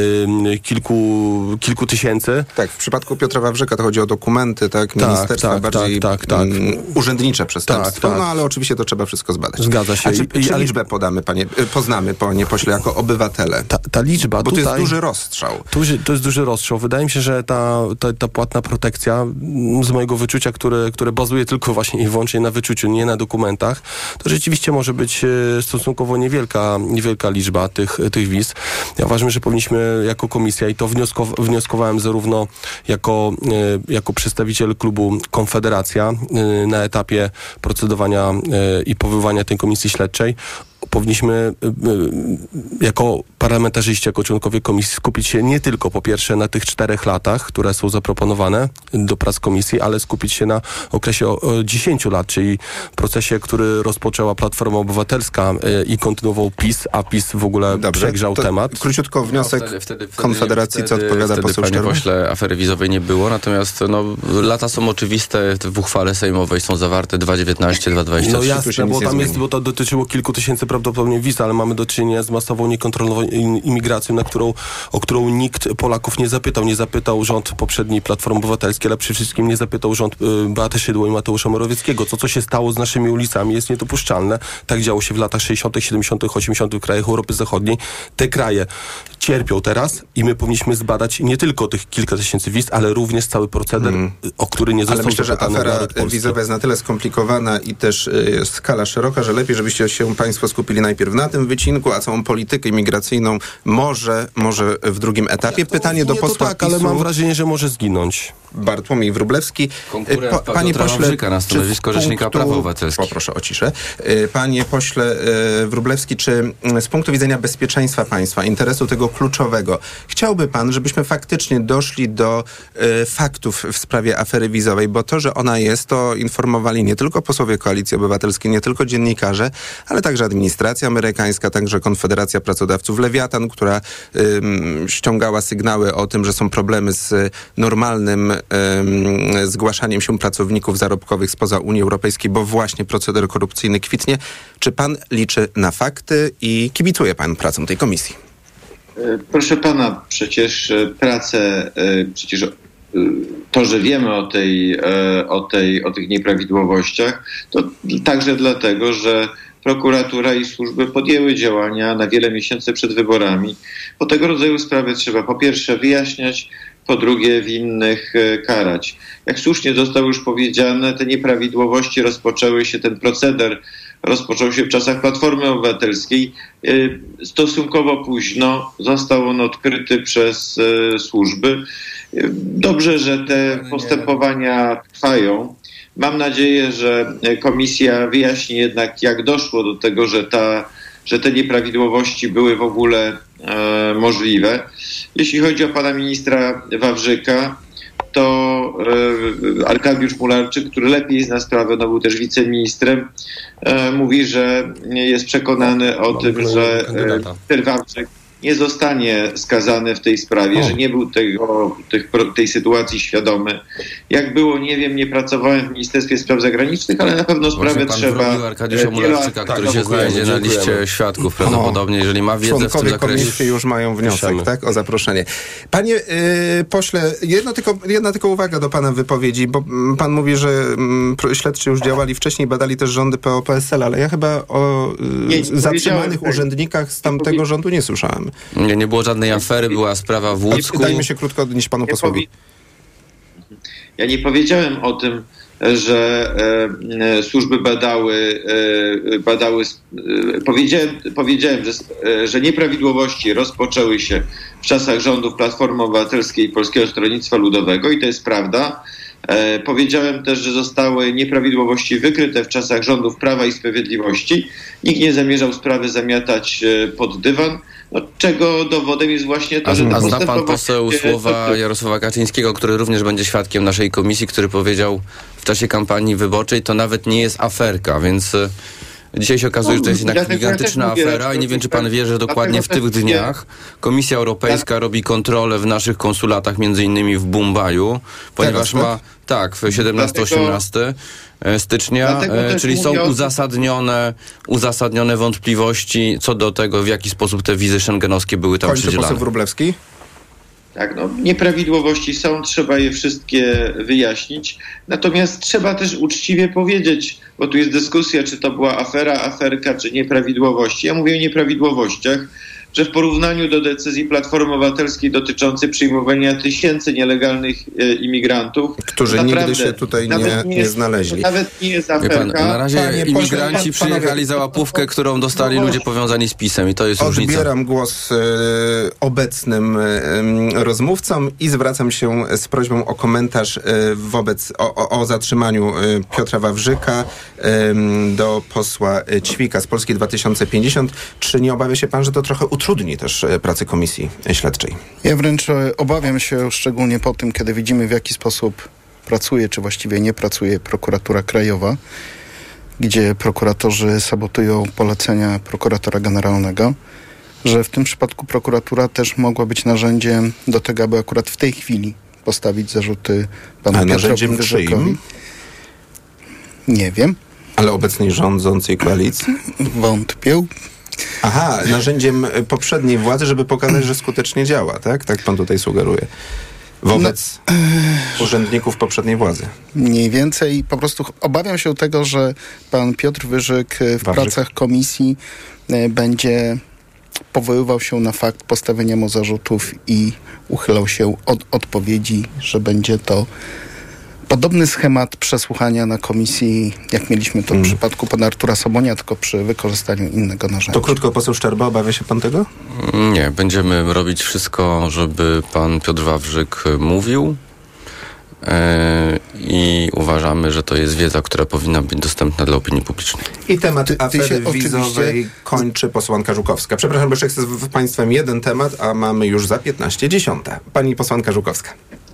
kilku, kilku tysięcy. Tak, w przypadku Piotra Wawrzyka to chodzi o dokumenty, tak, ministerstwa, tak, bardziej tak, tak, tak. urzędnicze przestępstwo, tak, tak. no ale oczywiście to trzeba wszystko zbadać. Zgadza się. A czy, I, czy ale... liczbę podamy, panie, poznamy, panie pośle, jako obywatele? Ta, ta liczba Bo tutaj... to jest duży rozstrzał. Tu, to jest duży rozstrzał. Wydaje mi się, że ta, ta, ta płatna protekcja, z mojego wyczucia, które, które bazuje tylko właśnie i wyłącznie na wyczuciu, nie na dokumentach, to rzeczywiście może być stosunkowo niewielka, niewielka liczba tych, tych wiz. Ja uważam, że powinniśmy jako komisja, i to wnioskow- wnioskowałem zarówno jako, jako przedstawiciel klubu Konfederacja na etapie procedowania i powoływania tej komisji śledczej, powinniśmy jako parlamentarzyści, jako członkowie komisji skupić się nie tylko po pierwsze na tych czterech latach, które są zaproponowane do prac komisji, ale skupić się na okresie dziesięciu lat, czyli procesie, który rozpoczęła Platforma Obywatelska i kontynuował PiS, a PiS w ogóle Dobrze, przegrzał temat. Króciutko wniosek no, wtedy, wtedy, wtedy, wtedy, Konfederacji, co odpowiada wtedy, poseł panie Szczerba? pośle, afery wizowej nie było, natomiast no, lata są oczywiste, w uchwale sejmowej są zawarte dwa dziewiętnaście, dwa dwadzieścia trzy. No jasne, bo tam jest, bo to dotyczyło kilku tysięcy prawdopodobnie wiz, ale mamy do czynienia z masową, niekontrolowaną imigracją, na którą, o którą nikt Polaków nie zapytał. Nie zapytał rząd poprzedniej Platformy Obywatelskiej, ale przede wszystkim nie zapytał rząd y, Beaty Szydło i Mateusza Morawieckiego. To, co się stało z naszymi ulicami, jest niedopuszczalne. Tak działo się w latach sześćdziesiątych, siedemdziesiątych, osiemdziesiątych w krajach Europy Zachodniej. Te kraje cierpią teraz i my powinniśmy zbadać nie tylko tych kilka tysięcy wiz, ale również cały proceder, mm. o który nie został ale myślę, że afera wizowa jest na tyle skomplikowana i też y, skala szeroka, że lepiej, żebyście się państwo skupili najpierw na tym wycinku, a całą politykę imigracyjną może, może w drugim etapie. Pytanie do posła tak, ale mam wrażenie, że może zginąć. Bartłomiej Wróblewski. Pa, panie pośle, na stanowisko Rzecznika punktu, Praw Obywatelskich. Poproszę o ciszę. Panie pośle Wróblewski, czy z punktu widzenia bezpieczeństwa państwa, interesu tego kluczowego, chciałby pan, żebyśmy faktycznie doszli do y, faktów w sprawie afery wizowej, bo to, że ona jest, to informowali nie tylko posłowie Koalicji Obywatelskiej, nie tylko dziennikarze, ale także administracja amerykańska, także Konfederacja Pracodawców Lewiatan, która y, ściągała sygnały o tym, że są problemy z normalnym y, zgłaszaniem się pracowników zarobkowych spoza Unii Europejskiej, bo właśnie proceder korupcyjny kwitnie. Czy pan liczy na fakty i kibicuje pan pracą tej komisji? Proszę pana, przecież pracę, przecież to, że wiemy o tej, o tej, o tych nieprawidłowościach, to także dlatego, że prokuratura i służby podjęły działania na wiele miesięcy przed wyborami. Bo tego rodzaju sprawy trzeba po pierwsze wyjaśniać, po drugie winnych karać. Jak słusznie zostało już powiedziane, te nieprawidłowości rozpoczęły się, ten proceder rozpoczął się w czasach Platformy Obywatelskiej. Stosunkowo późno został on odkryty przez służby. Dobrze, że te postępowania trwają. Mam nadzieję, że komisja wyjaśni jednak, jak doszło do tego, że, ta, że te nieprawidłowości były w ogóle e, możliwe. Jeśli chodzi o pana ministra Wawrzyka, to e, Arkadiusz Mularczyk, który lepiej zna sprawę, no był też wiceministrem, e, mówi, że jest przekonany o tym, że e, ten Wawrzyk nie zostanie skazany w tej sprawie, o. że nie był tego, tych, tej sytuacji świadomy. Jak było, nie wiem, nie pracowałem w Ministerstwie Spraw Zagranicznych, ale na pewno sprawę pan trzeba... Pan Arkadiusza Mularczyka, który tak, się znajdzie na liście świadków prawdopodobnie, o. jeżeli ma wiedzę w tym zakresie. Komisji już mają wniosek, tak, o zaproszenie. Panie yy, pośle, jedno tylko, jedna tylko uwaga do pana wypowiedzi, bo pan mówi, że mm, śledczy już działali wcześniej, badali też rządy P O P S L, ale ja chyba o yy, nie, nie zatrzymanych urzędnikach z tamtego rządu nie słyszałem. Nie, nie było żadnej afery, była sprawa w Łódzku. Dajmy się krótko odnieść panu posłowi. Ja nie powiedziałem o tym, że e, służby badały, e, badały e, powiedziałem, powiedziałem że, e, że nieprawidłowości rozpoczęły się w czasach rządów Platformy Obywatelskiej i Polskiego Stronnictwa Ludowego i to jest prawda. E, powiedziałem też, że zostały nieprawidłowości wykryte w czasach rządów Prawa i Sprawiedliwości. Nikt nie zamierzał sprawy zamiatać e, pod dywan. No, czego dowodem jest właśnie to, a, że... A zna pan poseł słowa Jarosława Kaczyńskiego, który również będzie świadkiem naszej komisji, który powiedział w czasie kampanii wyborczej, to nawet nie jest aferka, więc Dzisiaj się okazuje, że to jest No, jednak dlatego ja gigantyczna też mówię, afera i nie wiem, czy pan dlatego wie, że dokładnie w też tych dniach Komisja Europejska robi kontrolę w naszych konsulatach, między innymi w Mumbaiu, ponieważ Teraz, ma, tak, w siedemnastego osiemnastego stycznia, Dlatego e, też czyli są mówię o tym- uzasadnione, uzasadnione wątpliwości co do tego, w jaki sposób te wizy szengenowskie były tam Kończy przydzielane. poseł Wróblewski. Tak, no, nieprawidłowości są, trzeba je wszystkie wyjaśnić. Natomiast trzeba też uczciwie powiedzieć, bo tu jest dyskusja, czy to była afera, aferka, czy nieprawidłowości. Ja mówię o nieprawidłowościach, że w porównaniu do decyzji Platformy Obywatelskiej dotyczącej przyjmowania tysięcy nielegalnych e, imigrantów, Którzy to nigdy naprawdę się tutaj nawet nie- nie jest- znaleźli. to Nawet nie jest Wie aferka. pan, na razie Panie pośle, imigranci pan- przyjechali panowie- za łapówkę, którą dostali ludzie powiązani z PiS-em i to jest różnica. Odbieram głos e, obecnym e, rozmówcom i zwracam się z prośbą o komentarz e, wobec o, o, o zatrzymaniu e, Piotra Wawrzyka e, do posła e, Ćwika z Polski dwa tysiące pięćdziesiąt. Czy nie obawia się pan, że to trochę utrudni też e, pracę komisji śledczej? Ja wręcz e, obawiam się, szczególnie po tym, kiedy widzimy, w jaki sposób pracuje, czy właściwie nie pracuje prokuratura krajowa, gdzie prokuratorzy sabotują polecenia prokuratora generalnego, że w tym przypadku prokuratura też mogła być narzędziem do tego, aby akurat w tej chwili postawić zarzuty panu A Piotrowi narzędziem Wawrzykowi. czyim? Nie wiem, Ale obecnej rządzącej koalicji? wątpię. Aha, narzędziem poprzedniej władzy, żeby pokazać, że skutecznie działa, tak? Tak pan tutaj sugeruje. Wobec No. urzędników poprzedniej władzy. Mniej więcej po prostu obawiam się tego, że pan Piotr Wyrzyk e, w Wawrzyk. pracach komisji e, będzie powoływał się na fakt postawienia mu zarzutów i uchylał się od odpowiedzi, że będzie to podobny schemat przesłuchania na komisji, jak mieliśmy to w przypadku pana Artura Sobonia, tylko przy wykorzystaniu innego narzędzia. To krótko, poseł Szczerba, obawia się pan tego? Nie, będziemy robić wszystko, żeby pan Piotr Wawrzyk mówił e, i uważamy, że to jest wiedza, która powinna być dostępna dla opinii publicznej. I temat Ty- ty afery się wizowej oczywiście- kończy posłanka Żukowska. Przepraszam, bo jeszcze chcę z państwem jeden temat, a mamy już za piętnaście dziesiąte. Pani posłanka Żukowska.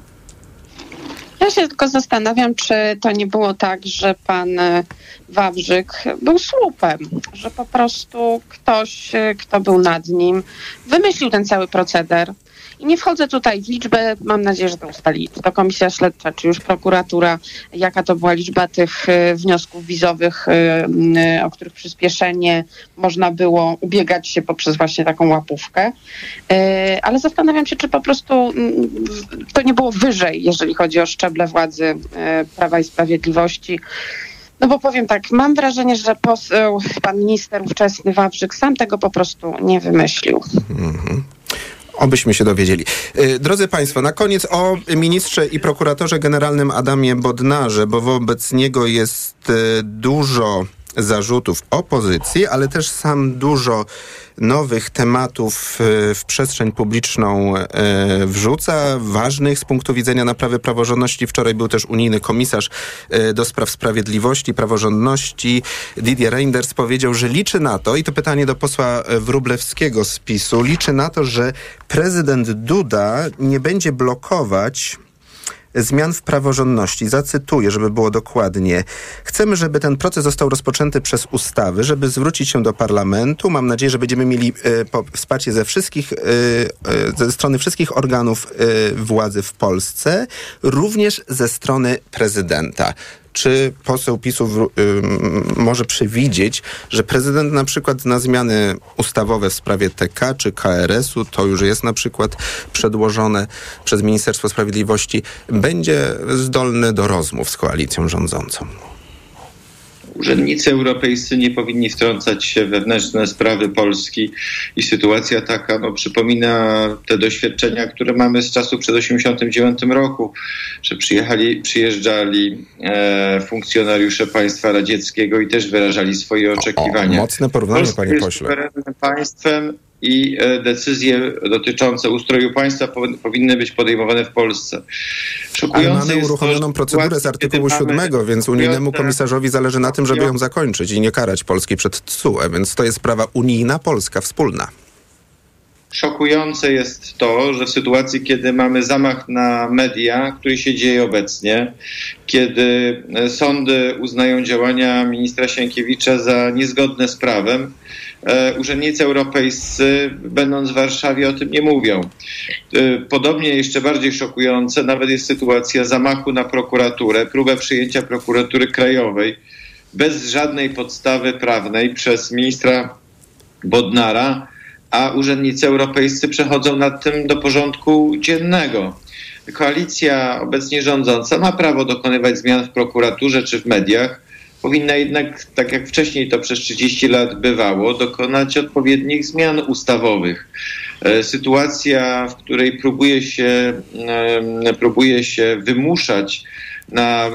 Ja się tylko zastanawiam, czy to nie było tak, że pan e, Wawrzyk był słupem, że po prostu ktoś, e, kto był nad nim, wymyślił ten cały proceder. I nie wchodzę tutaj w liczbę, mam nadzieję, że to ustali, czy to komisja śledcza, czy już prokuratura, jaka to była liczba tych e, wniosków wizowych, e, e, o których przyspieszenie można było ubiegać się poprzez właśnie taką łapówkę. E, ale zastanawiam się, czy po prostu mm, w- to nie było wyżej, jeżeli chodzi o szczeble władzy e, Prawa i Sprawiedliwości. No bo powiem tak, mam wrażenie, że poseł, pan minister ówczesny Wawrzyk sam tego po prostu nie wymyślił. Obyśmy się dowiedzieli. Y, Drodzy Państwo, na koniec o ministrze i prokuratorze generalnym Adamie Bodnarze, bo wobec niego jest y, dużo zarzutów opozycji, ale też sam dużo nowych tematów y, w przestrzeń publiczną y, wrzuca, ważnych z punktu widzenia naprawy praworządności. Wczoraj był też unijny komisarz y, do spraw sprawiedliwości, praworządności. Didier Reynders powiedział, że liczy na to, i to pytanie do posła Wróblewskiego z PiSu, liczy na to, że prezydent Duda nie będzie blokować zmian w praworządności. Zacytuję, żeby było dokładnie. Chcemy, żeby ten proces został rozpoczęty przez ustawy, żeby zwrócić się do parlamentu. Mam nadzieję, że będziemy mieli e, po, wsparcie ze wszystkich, e, e, ze strony wszystkich organów e, władzy w Polsce, również ze strony prezydenta. Czy poseł PiSu w, y, może przewidzieć, że prezydent na przykład na zmiany ustawowe w sprawie T K czy K R S u, to już jest na przykład przedłożone przez Ministerstwo Sprawiedliwości, będzie zdolny do rozmów z koalicją rządzącą? Urzędnicy europejscy nie powinni wtrącać się w wewnętrzne sprawy Polski i sytuacja taka no, przypomina te doświadczenia, które mamy z czasów przed osiemdziesiątym dziewiątym roku, że przyjechali, przyjeżdżali e, funkcjonariusze państwa radzieckiego i też wyrażali swoje oczekiwania. O, mocne porównanie, Polska panie jest pośle. suwerennym państwem i e, decyzje dotyczące ustroju państwa po, powinny być podejmowane w Polsce. Ale Szokujące mamy jest uruchomioną to, procedurę z artykułu siódmego, więc unijnemu komisarzowi zależy na tym, żeby ją zakończyć i nie karać Polski przed T S U E, więc to jest sprawa unijna, polska, wspólna. Szokujące jest to, że w sytuacji, kiedy mamy zamach na media, który się dzieje obecnie, kiedy sądy uznają działania ministra Sienkiewicza za niezgodne z prawem, urzędnicy europejscy, będąc w Warszawie, o tym nie mówią. Podobnie jeszcze bardziej szokujące nawet jest sytuacja zamachu na prokuraturę, próbę przyjęcia prokuratury krajowej bez żadnej podstawy prawnej przez ministra Bodnara, a urzędnicy europejscy przechodzą nad tym do porządku dziennego. Koalicja obecnie rządząca ma prawo dokonywać zmian w prokuraturze czy w mediach. Powinna jednak, tak jak wcześniej to przez trzydzieści lat bywało, dokonać odpowiednich zmian ustawowych. Sytuacja, w której próbuje się, próbuje się wymuszać na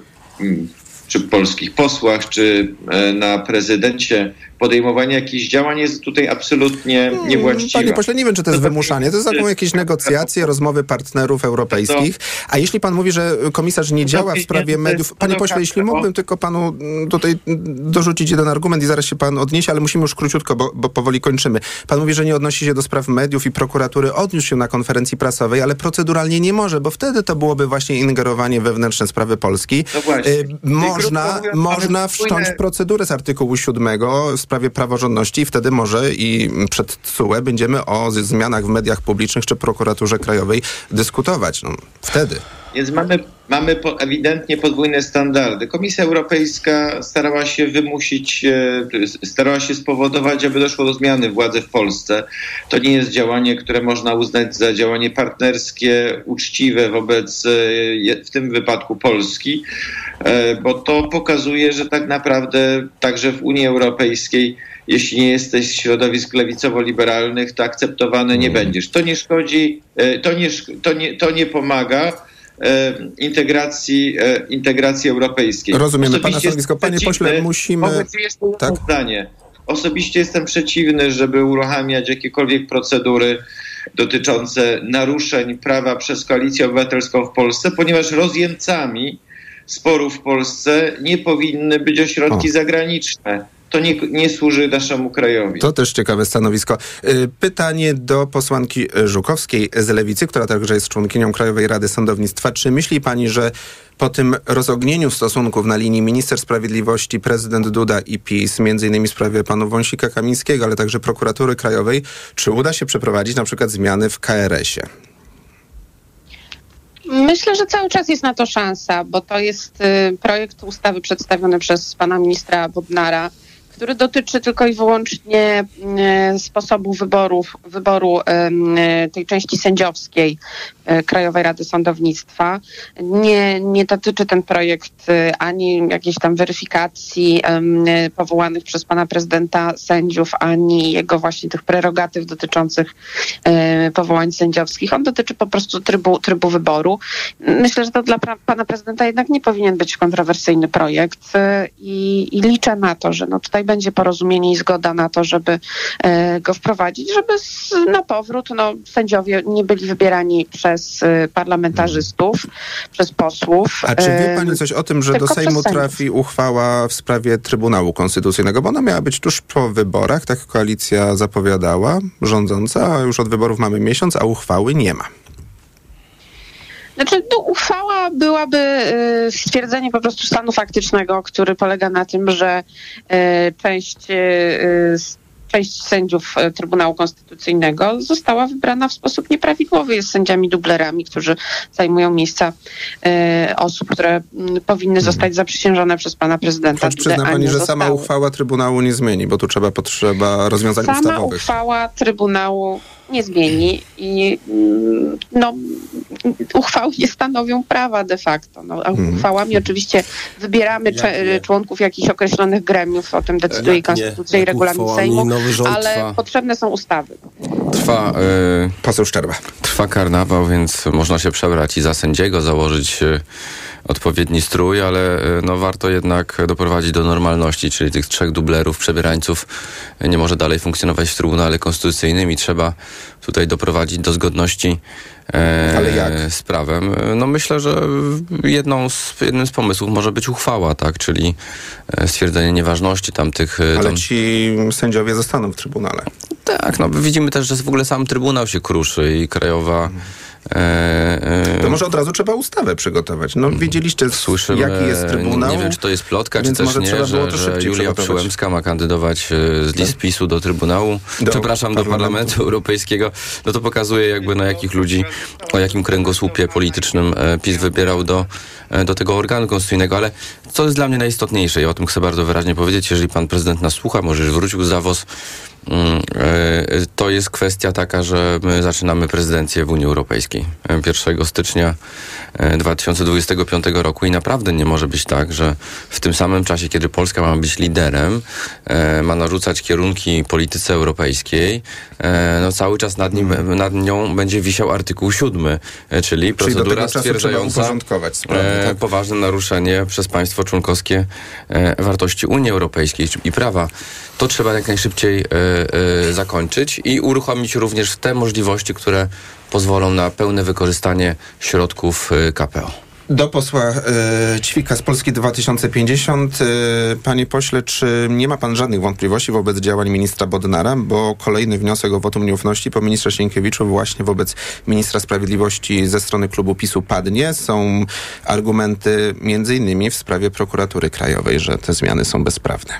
czy polskich posłach, czy na prezydencie podejmowanie jakichś działań jest tutaj absolutnie niewłaściwe. Panie pośle, nie wiem, czy to jest wymuszanie. To jest taką jakieś negocjacje, rozmowy partnerów europejskich. A jeśli pan mówi, że komisarz nie działa w sprawie mediów... Panie pośle, jeśli mógłbym tylko panu tutaj dorzucić jeden argument i zaraz się pan odniesie, ale musimy już króciutko, bo, bo powoli kończymy. Pan mówi, że nie odnosi się do spraw mediów i prokuratury. Odniósł się na konferencji prasowej, ale proceduralnie nie może, bo wtedy to byłoby właśnie ingerowanie w wewnętrzne sprawy Polski. No właśnie. Można, można wszcząć procedurę z artykułu siódmego w sprawie praworządności i wtedy może i przed T S U E będziemy o zmianach w mediach publicznych czy prokuraturze krajowej dyskutować. No, wtedy. Więc mamy, mamy po, ewidentnie podwójne standardy. Komisja Europejska starała się wymusić, starała się spowodować, aby doszło do zmiany władzy w Polsce. To nie jest działanie, które można uznać za działanie partnerskie, uczciwe wobec, w tym wypadku, Polski, bo to pokazuje, że tak naprawdę także w Unii Europejskiej, jeśli nie jesteś z środowisk lewicowo-liberalnych, to akceptowany nie będziesz. To nie szkodzi, to nie, to nie, to nie pomaga integracji, integracji europejskiej. Rozumiemy pana stanowisko. Panie pośle, musimy... Tak? Zdanie. Osobiście jestem przeciwny, żeby uruchamiać jakiekolwiek procedury dotyczące naruszeń prawa przez Koalicję Obywatelską w Polsce, ponieważ rozjemcami sporów w Polsce nie powinny być ośrodki o. zagraniczne. To nie, nie służy naszemu krajowi. To też ciekawe stanowisko. Pytanie do posłanki Żukowskiej z Lewicy, która także jest członkinią Krajowej Rady Sądownictwa. Czy myśli pani, że po tym rozognieniu stosunków na linii minister sprawiedliwości, prezydent Duda i PiS, między innymi w sprawie panów Wąsika-Kamińskiego, ale także prokuratury krajowej, czy uda się przeprowadzić na przykład zmiany w K R S ie? Myślę, że cały czas jest na to szansa, bo to jest y, projekt ustawy przedstawiony przez pana ministra Bodnara, który dotyczy tylko i wyłącznie y, sposobu wyborów, wyboru y, tej części sędziowskiej y, Krajowej Rady Sądownictwa. Nie, nie dotyczy ten projekt y, ani jakiejś tam weryfikacji y, powołanych przez pana prezydenta sędziów, ani jego właśnie tych prerogatyw dotyczących y, powołań sędziowskich. On dotyczy po prostu trybu, trybu wyboru. Myślę, że to dla pra- pana prezydenta jednak nie powinien być kontrowersyjny projekt y, i, i liczę na to, że no tutaj będzie porozumienie i zgoda na to, żeby e, go wprowadzić, żeby z, na powrót no, sędziowie nie byli wybierani przez e, parlamentarzystów, przez posłów. A czy wie pani coś o tym, że do Sejmu trafi uchwała w sprawie Trybunału Konstytucyjnego? Bo ona miała być tuż po wyborach, tak koalicja zapowiadała, rządząca, a już od wyborów mamy miesiąc, a uchwały nie ma. Znaczy, no, uchwała byłaby y, stwierdzenie po prostu stanu faktycznego, który polega na tym, że y, część, y, część sędziów Trybunału Konstytucyjnego została wybrana w sposób nieprawidłowy. Jest sędziami dublerami, którzy zajmują miejsca y, osób, które y, powinny zostać zaprzysiężone przez pana prezydenta. Choć przyzna pani, że zostały. Sama uchwała Trybunału nie zmieni, bo tu trzeba potrzeba rozwiązań sama ustawowych. Sama uchwała Trybunału nie zmieni i no, uchwały nie stanowią prawa de facto. No, hmm. Uchwałami oczywiście wybieramy cze- członków jakichś określonych gremiów, o tym decyduje jak Konstytucja nie? i regulamin Sejmu, ale trwa. potrzebne są ustawy. Trwa, yy, Poseł Szczerba. Trwa karnawał, więc można się przebrać i za sędziego, założyć yy, odpowiedni strój, ale yy, no, warto jednak doprowadzić do normalności, czyli tych trzech dublerów, przebierańców nie może dalej funkcjonować w Trybunale Konstytucyjnym i trzeba tutaj doprowadzić do zgodności e, Ale jak? z prawem. No myślę, że jedną z, jednym z pomysłów może być uchwała, tak, czyli stwierdzenie nieważności tamtych... Ale tam... ci sędziowie zostaną w Trybunale. Tak, no widzimy też, że w ogóle sam Trybunał się kruszy i Krajowa... E, e, to może od razu trzeba ustawę przygotować. No widzieliście, słyszymy, jaki jest Trybunał. Nie wiem, czy to jest plotka, czy też nie, że, że Julia Przyłębska ma kandydować z list PiSu do Trybunału, do przepraszam, do Parlamentu Europejskiego. No to pokazuje jakby na jakich ludzi, o jakim kręgosłupie politycznym PiS wybierał do, do tego organu konstytucyjnego. Ale co jest dla mnie najistotniejsze, i o tym chcę bardzo wyraźnie powiedzieć, jeżeli pan prezydent nas słucha, może już wrócił z Davos, to jest kwestia taka, że my zaczynamy prezydencję w Unii Europejskiej pierwszego stycznia dwa tysiące dwudziestego piątego roku i naprawdę nie może być tak, że w tym samym czasie, kiedy Polska ma być liderem, ma narzucać kierunki polityce europejskiej, no cały czas nad, nim, nad nią będzie wisiał artykuł siódmy, czyli, czyli procedura stwierdzająca tak? poważne naruszenie przez państwo członkowskie wartości Unii Europejskiej i prawa. To trzeba jak najszybciej y, y, zakończyć i uruchomić również te możliwości, które pozwolą na pełne wykorzystanie środków y, K P O. Do posła y, Ćwika z Polski dwa tysiące pięćdziesiąt. Y, panie pośle, czy nie ma pan żadnych wątpliwości wobec działań ministra Bodnara, bo kolejny wniosek o wotum nieufności po ministrze Sienkiewiczu właśnie wobec ministra sprawiedliwości ze strony klubu PiSu padnie. Są argumenty między innymi w sprawie prokuratury krajowej, że te zmiany są bezprawne.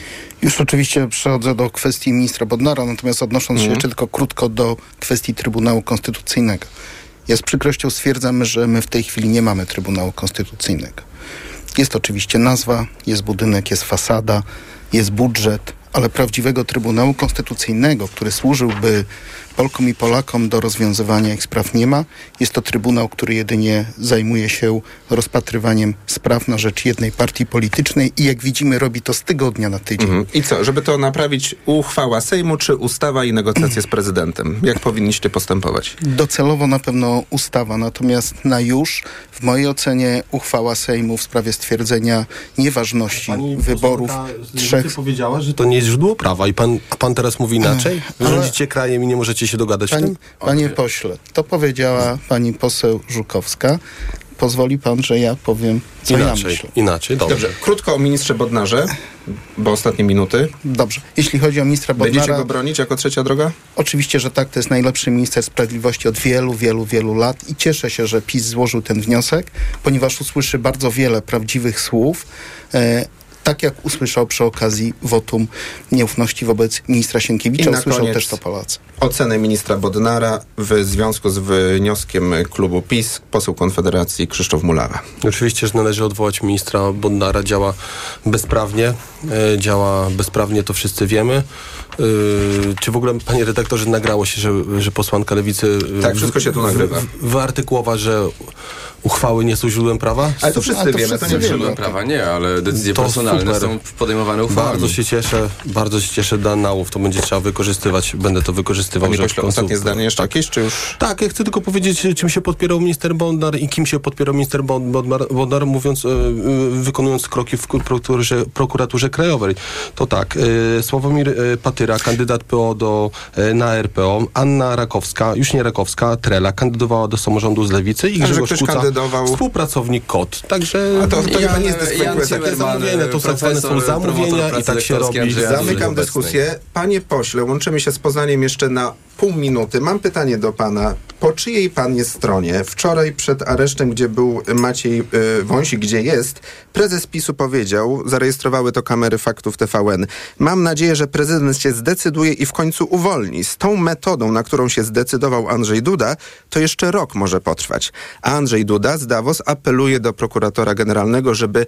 Już oczywiście przechodzę do kwestii ministra Bodnara, natomiast odnosząc mm. się jeszcze tylko krótko do kwestii Trybunału Konstytucyjnego. Ja z przykrością stwierdzam, że my w tej chwili nie mamy Trybunału Konstytucyjnego. Jest oczywiście nazwa, jest budynek, jest fasada, jest budżet, ale prawdziwego Trybunału Konstytucyjnego, który służyłby Polkom i Polakom do rozwiązywania ich spraw, nie ma. Jest to Trybunał, który jedynie zajmuje się rozpatrywaniem spraw na rzecz jednej partii politycznej i jak widzimy robi to z tygodnia na tydzień. Mhm. I co, żeby to naprawić, uchwała Sejmu czy ustawa i negocjacje z prezydentem? Jak powinniście postępować? Docelowo na pewno ustawa, natomiast na już w mojej ocenie uchwała Sejmu w sprawie stwierdzenia nieważności Pani wyborów trzech... powiedziała, że to nie jest źródło prawa i pan, a pan teraz mówi inaczej? Wy rządzicie krajem i nie możecie się dogadać Pani, w tym? Panie okay. pośle, to powiedziała pani poseł Żukowska. Pozwoli pan, że ja powiem, co inaczej, ja myślę. Inaczej, dobrze. Dobrze, krótko o ministrze Bodnarze, bo ostatnie minuty. Dobrze. Jeśli chodzi o ministra Bodnara... Będziecie go bronić jako trzecia droga? Oczywiście, że tak. To jest najlepszy minister sprawiedliwości od wielu, wielu, wielu lat i cieszę się, że PiS złożył ten wniosek, ponieważ usłyszy bardzo wiele prawdziwych słów, e, tak jak usłyszał przy okazji wotum nieufności wobec ministra Sienkiewicza, usłyszał też to Polacy. Ocenę ministra Bodnara w związku z wnioskiem klubu PiS, poseł Konfederacji Krzysztof Mulawa. Oczywiście, że należy odwołać ministra Bodnara. Działa bezprawnie. E, działa bezprawnie, to wszyscy wiemy. E, czy w ogóle, panie redaktorze, nagrało się, że, że posłanka Lewicy... Tak, wszystko się tu nagrywa. Wyartykułowa, że uchwały nie są źródłem prawa? Ale to wszyscy to wiemy. To nie źródłem prawa, nie, ale decyzje to personalne super. Są podejmowane uchwałami. Bardzo się cieszę, bardzo się cieszę, Danałów, to będzie trzeba wykorzystywać, będę to wykorzystywał. Panie pośle, ostatnie zdanie jeszcze jakieś, czy już... Tak, ja chcę tylko powiedzieć, czym się podpierał minister Bodnar i kim się podpierał minister Bodnar, Bodnar mówiąc, wykonując kroki w prokuraturze, prokuraturze krajowej. To tak, Sławomir Patyra, kandydat P O do, na R P O, Anna Rakowska, już nie Rakowska, Trela, kandydowała do samorządu z Lewicy i Grzegorz Kuca, kandydował... współpracownik K O T. Także... A to, to ja, nie jest dyskusja. Takie zamówienia, to tak zwane są zamówienia i tak się robi. Zamykam dyskusję. Panie pośle, łączymy się z Poznaniem jeszcze na pół minuty. Mam pytanie do pana. Po czyjej pan jest stronie? Wczoraj przed aresztem, gdzie był Maciej y, Wąsik, gdzie jest, prezes PiSu powiedział, zarejestrowały to kamery Faktów T V N, mam nadzieję, że prezydent się zdecyduje i w końcu uwolni. Z tą metodą, na którą się zdecydował Andrzej Duda, to jeszcze rok może potrwać. A Andrzej Duda z Davos apeluje do prokuratora generalnego, żeby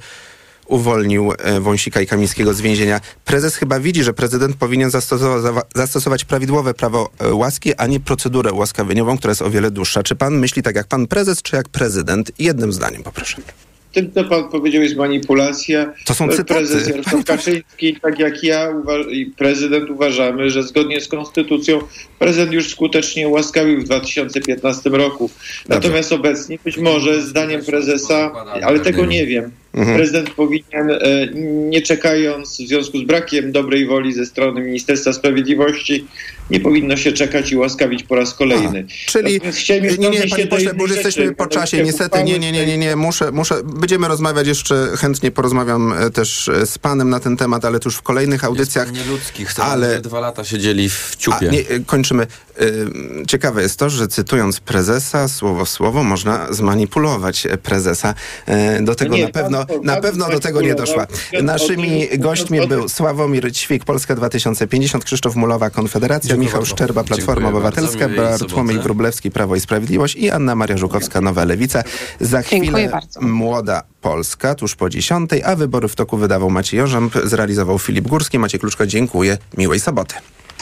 uwolnił Wąsika i Kamińskiego z więzienia. Prezes chyba widzi, że prezydent powinien zastosować, zastosować prawidłowe prawo łaski, a nie procedurę ułaskawieniową, która jest o wiele dłuższa. Czy pan myśli tak jak pan prezes, czy jak prezydent? Jednym zdaniem, poproszę. Tym, co pan powiedział, jest manipulacja. To są cytaty. Prezes Jarosław Kaczyński, tak jak ja uwa- i prezydent uważamy, że zgodnie z konstytucją prezydent już skutecznie ułaskawił w dwa tysiące piętnastym roku. Natomiast Dobrze. obecnie być może zdaniem prezesa, ale tego nie wiem, Mhm. Prezydent powinien, nie czekając, w związku z brakiem dobrej woli ze strony Ministerstwa Sprawiedliwości, nie powinno się czekać i łaskawić po raz kolejny. A, czyli nie, nie, panie pośle, bo już jesteśmy po czasie, niestety, nie, nie, nie, nie, nie, muszę, muszę, będziemy rozmawiać jeszcze, chętnie porozmawiam też z panem na ten temat, ale to już w kolejnych audycjach. Jest nieludzki, chcę, ale dwa lata siedzieli w ciupie. A, nie, kończymy. Ciekawe jest to, że cytując prezesa, słowo w słowo można zmanipulować prezesa. Do tego no nie, na pewno, pan, na pan pewno do tego nie doszła. Naszymi gośćmi był Sławomir Ćwik, Polska dwa tysiące pięćdziesiąt, Krzysztof Mulowa, Konfederacja, Dziękuję Michał bardzo. Szczerba, Platforma Dziękuję Obywatelska, Bartłomiej Wróblewski, Prawo i Sprawiedliwość i Anna Maria Żukowska, Nowa Lewica. Za chwilę Młoda Polska, tuż po dziesiątej, a Wybory w toku wydawał Maciej Jarząb, zrealizował Filip Górski. Maciej Kluczko, dziękuję. Miłej soboty.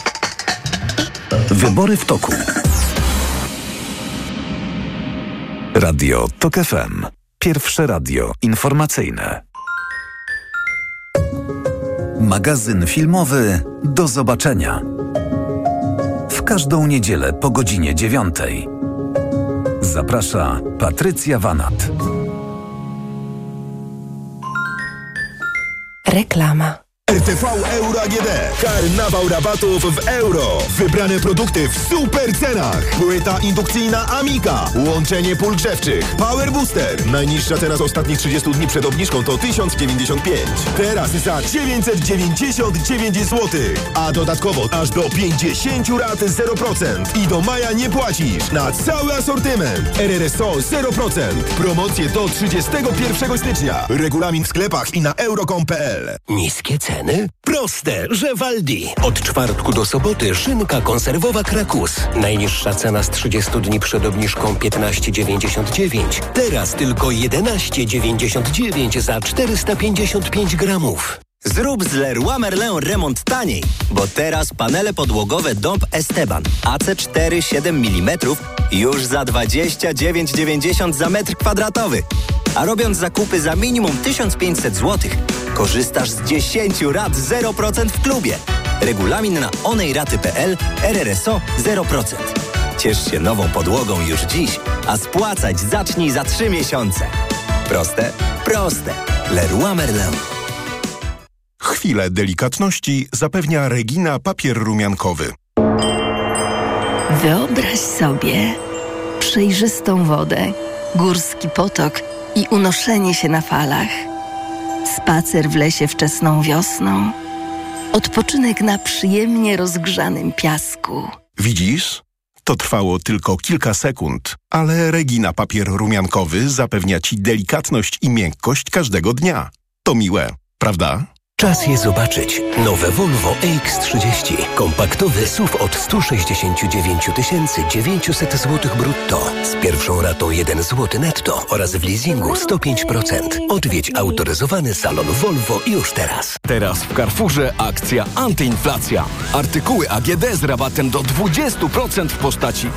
Wybory w toku. Radio TOK F M. Pierwsze radio informacyjne. Magazyn filmowy Do zobaczenia. W każdą niedzielę po godzinie dziewiątej. Zaprasza Patrycja Wanat. Reklama. R T V Euro A G D. Karnawał rabatów w euro. Wybrane produkty w super cenach. Płyta indukcyjna Amiga. Łączenie pól grzewczych. Power Booster. Najniższa teraz ostatnich trzydziestu dni przed obniżką to tysiąc dziewięćdziesiąt pięć. Teraz za dziewięćset dziewięćdziesiąt dziewięć złotych. A dodatkowo aż do pięćdziesiąt rat zero procent. I do maja nie płacisz. Na cały asortyment. R R S O zero procent. Promocje do trzydziestego pierwszego stycznia. Regulamin w sklepach i na euro kropka com kropka p l. Niskie ceny? Proste, że w Aldi. Od czwartku do soboty szynka konserwowa Krakus. Najniższa cena z trzydziestu dni przed obniżką piętnaście dziewięćdziesiąt dziewięć. Teraz tylko jedenaście dziewięćdziesiąt dziewięć za czterysta pięćdziesiąt pięć gramów. Zrób z Leroy Merlin remont taniej, bo teraz panele podłogowe Dąb Esteban A C cztery siedem milimetrów już za dwadzieścia dziewięć dziewięćdziesiąt za metr kwadratowy. A robiąc zakupy za minimum tysiąc pięćset złotych, korzystasz z dziesięciu rat zero procent w klubie. Regulamin na onejraty kropka p l, R R S O zero procent. Ciesz się nową podłogą już dziś, a spłacać zacznij za trzy miesiące. Proste? Proste. Leroy Merlin. Chwilę delikatności zapewnia Regina papier rumiankowy. Wyobraź sobie przejrzystą wodę, górski potok i unoszenie się na falach. Spacer w lesie wczesną wiosną. Odpoczynek na przyjemnie rozgrzanym piasku. Widzisz? To trwało tylko kilka sekund, ale Regina papier rumiankowy zapewnia Ci delikatność i miękkość każdego dnia. To miłe, prawda? Czas je zobaczyć. Nowe Volvo E X trzydzieści. Kompaktowy S U V od sto sześćdziesiąt dziewięć tysięcy dziewięćset złotych brutto. Z pierwszą ratą jeden złoty netto oraz w leasingu sto pięć procent. Odwiedź autoryzowany salon Volvo już teraz. Teraz w Carrefourze akcja antyinflacja. Artykuły A G D z rabatem do dwadzieścia procent w postaci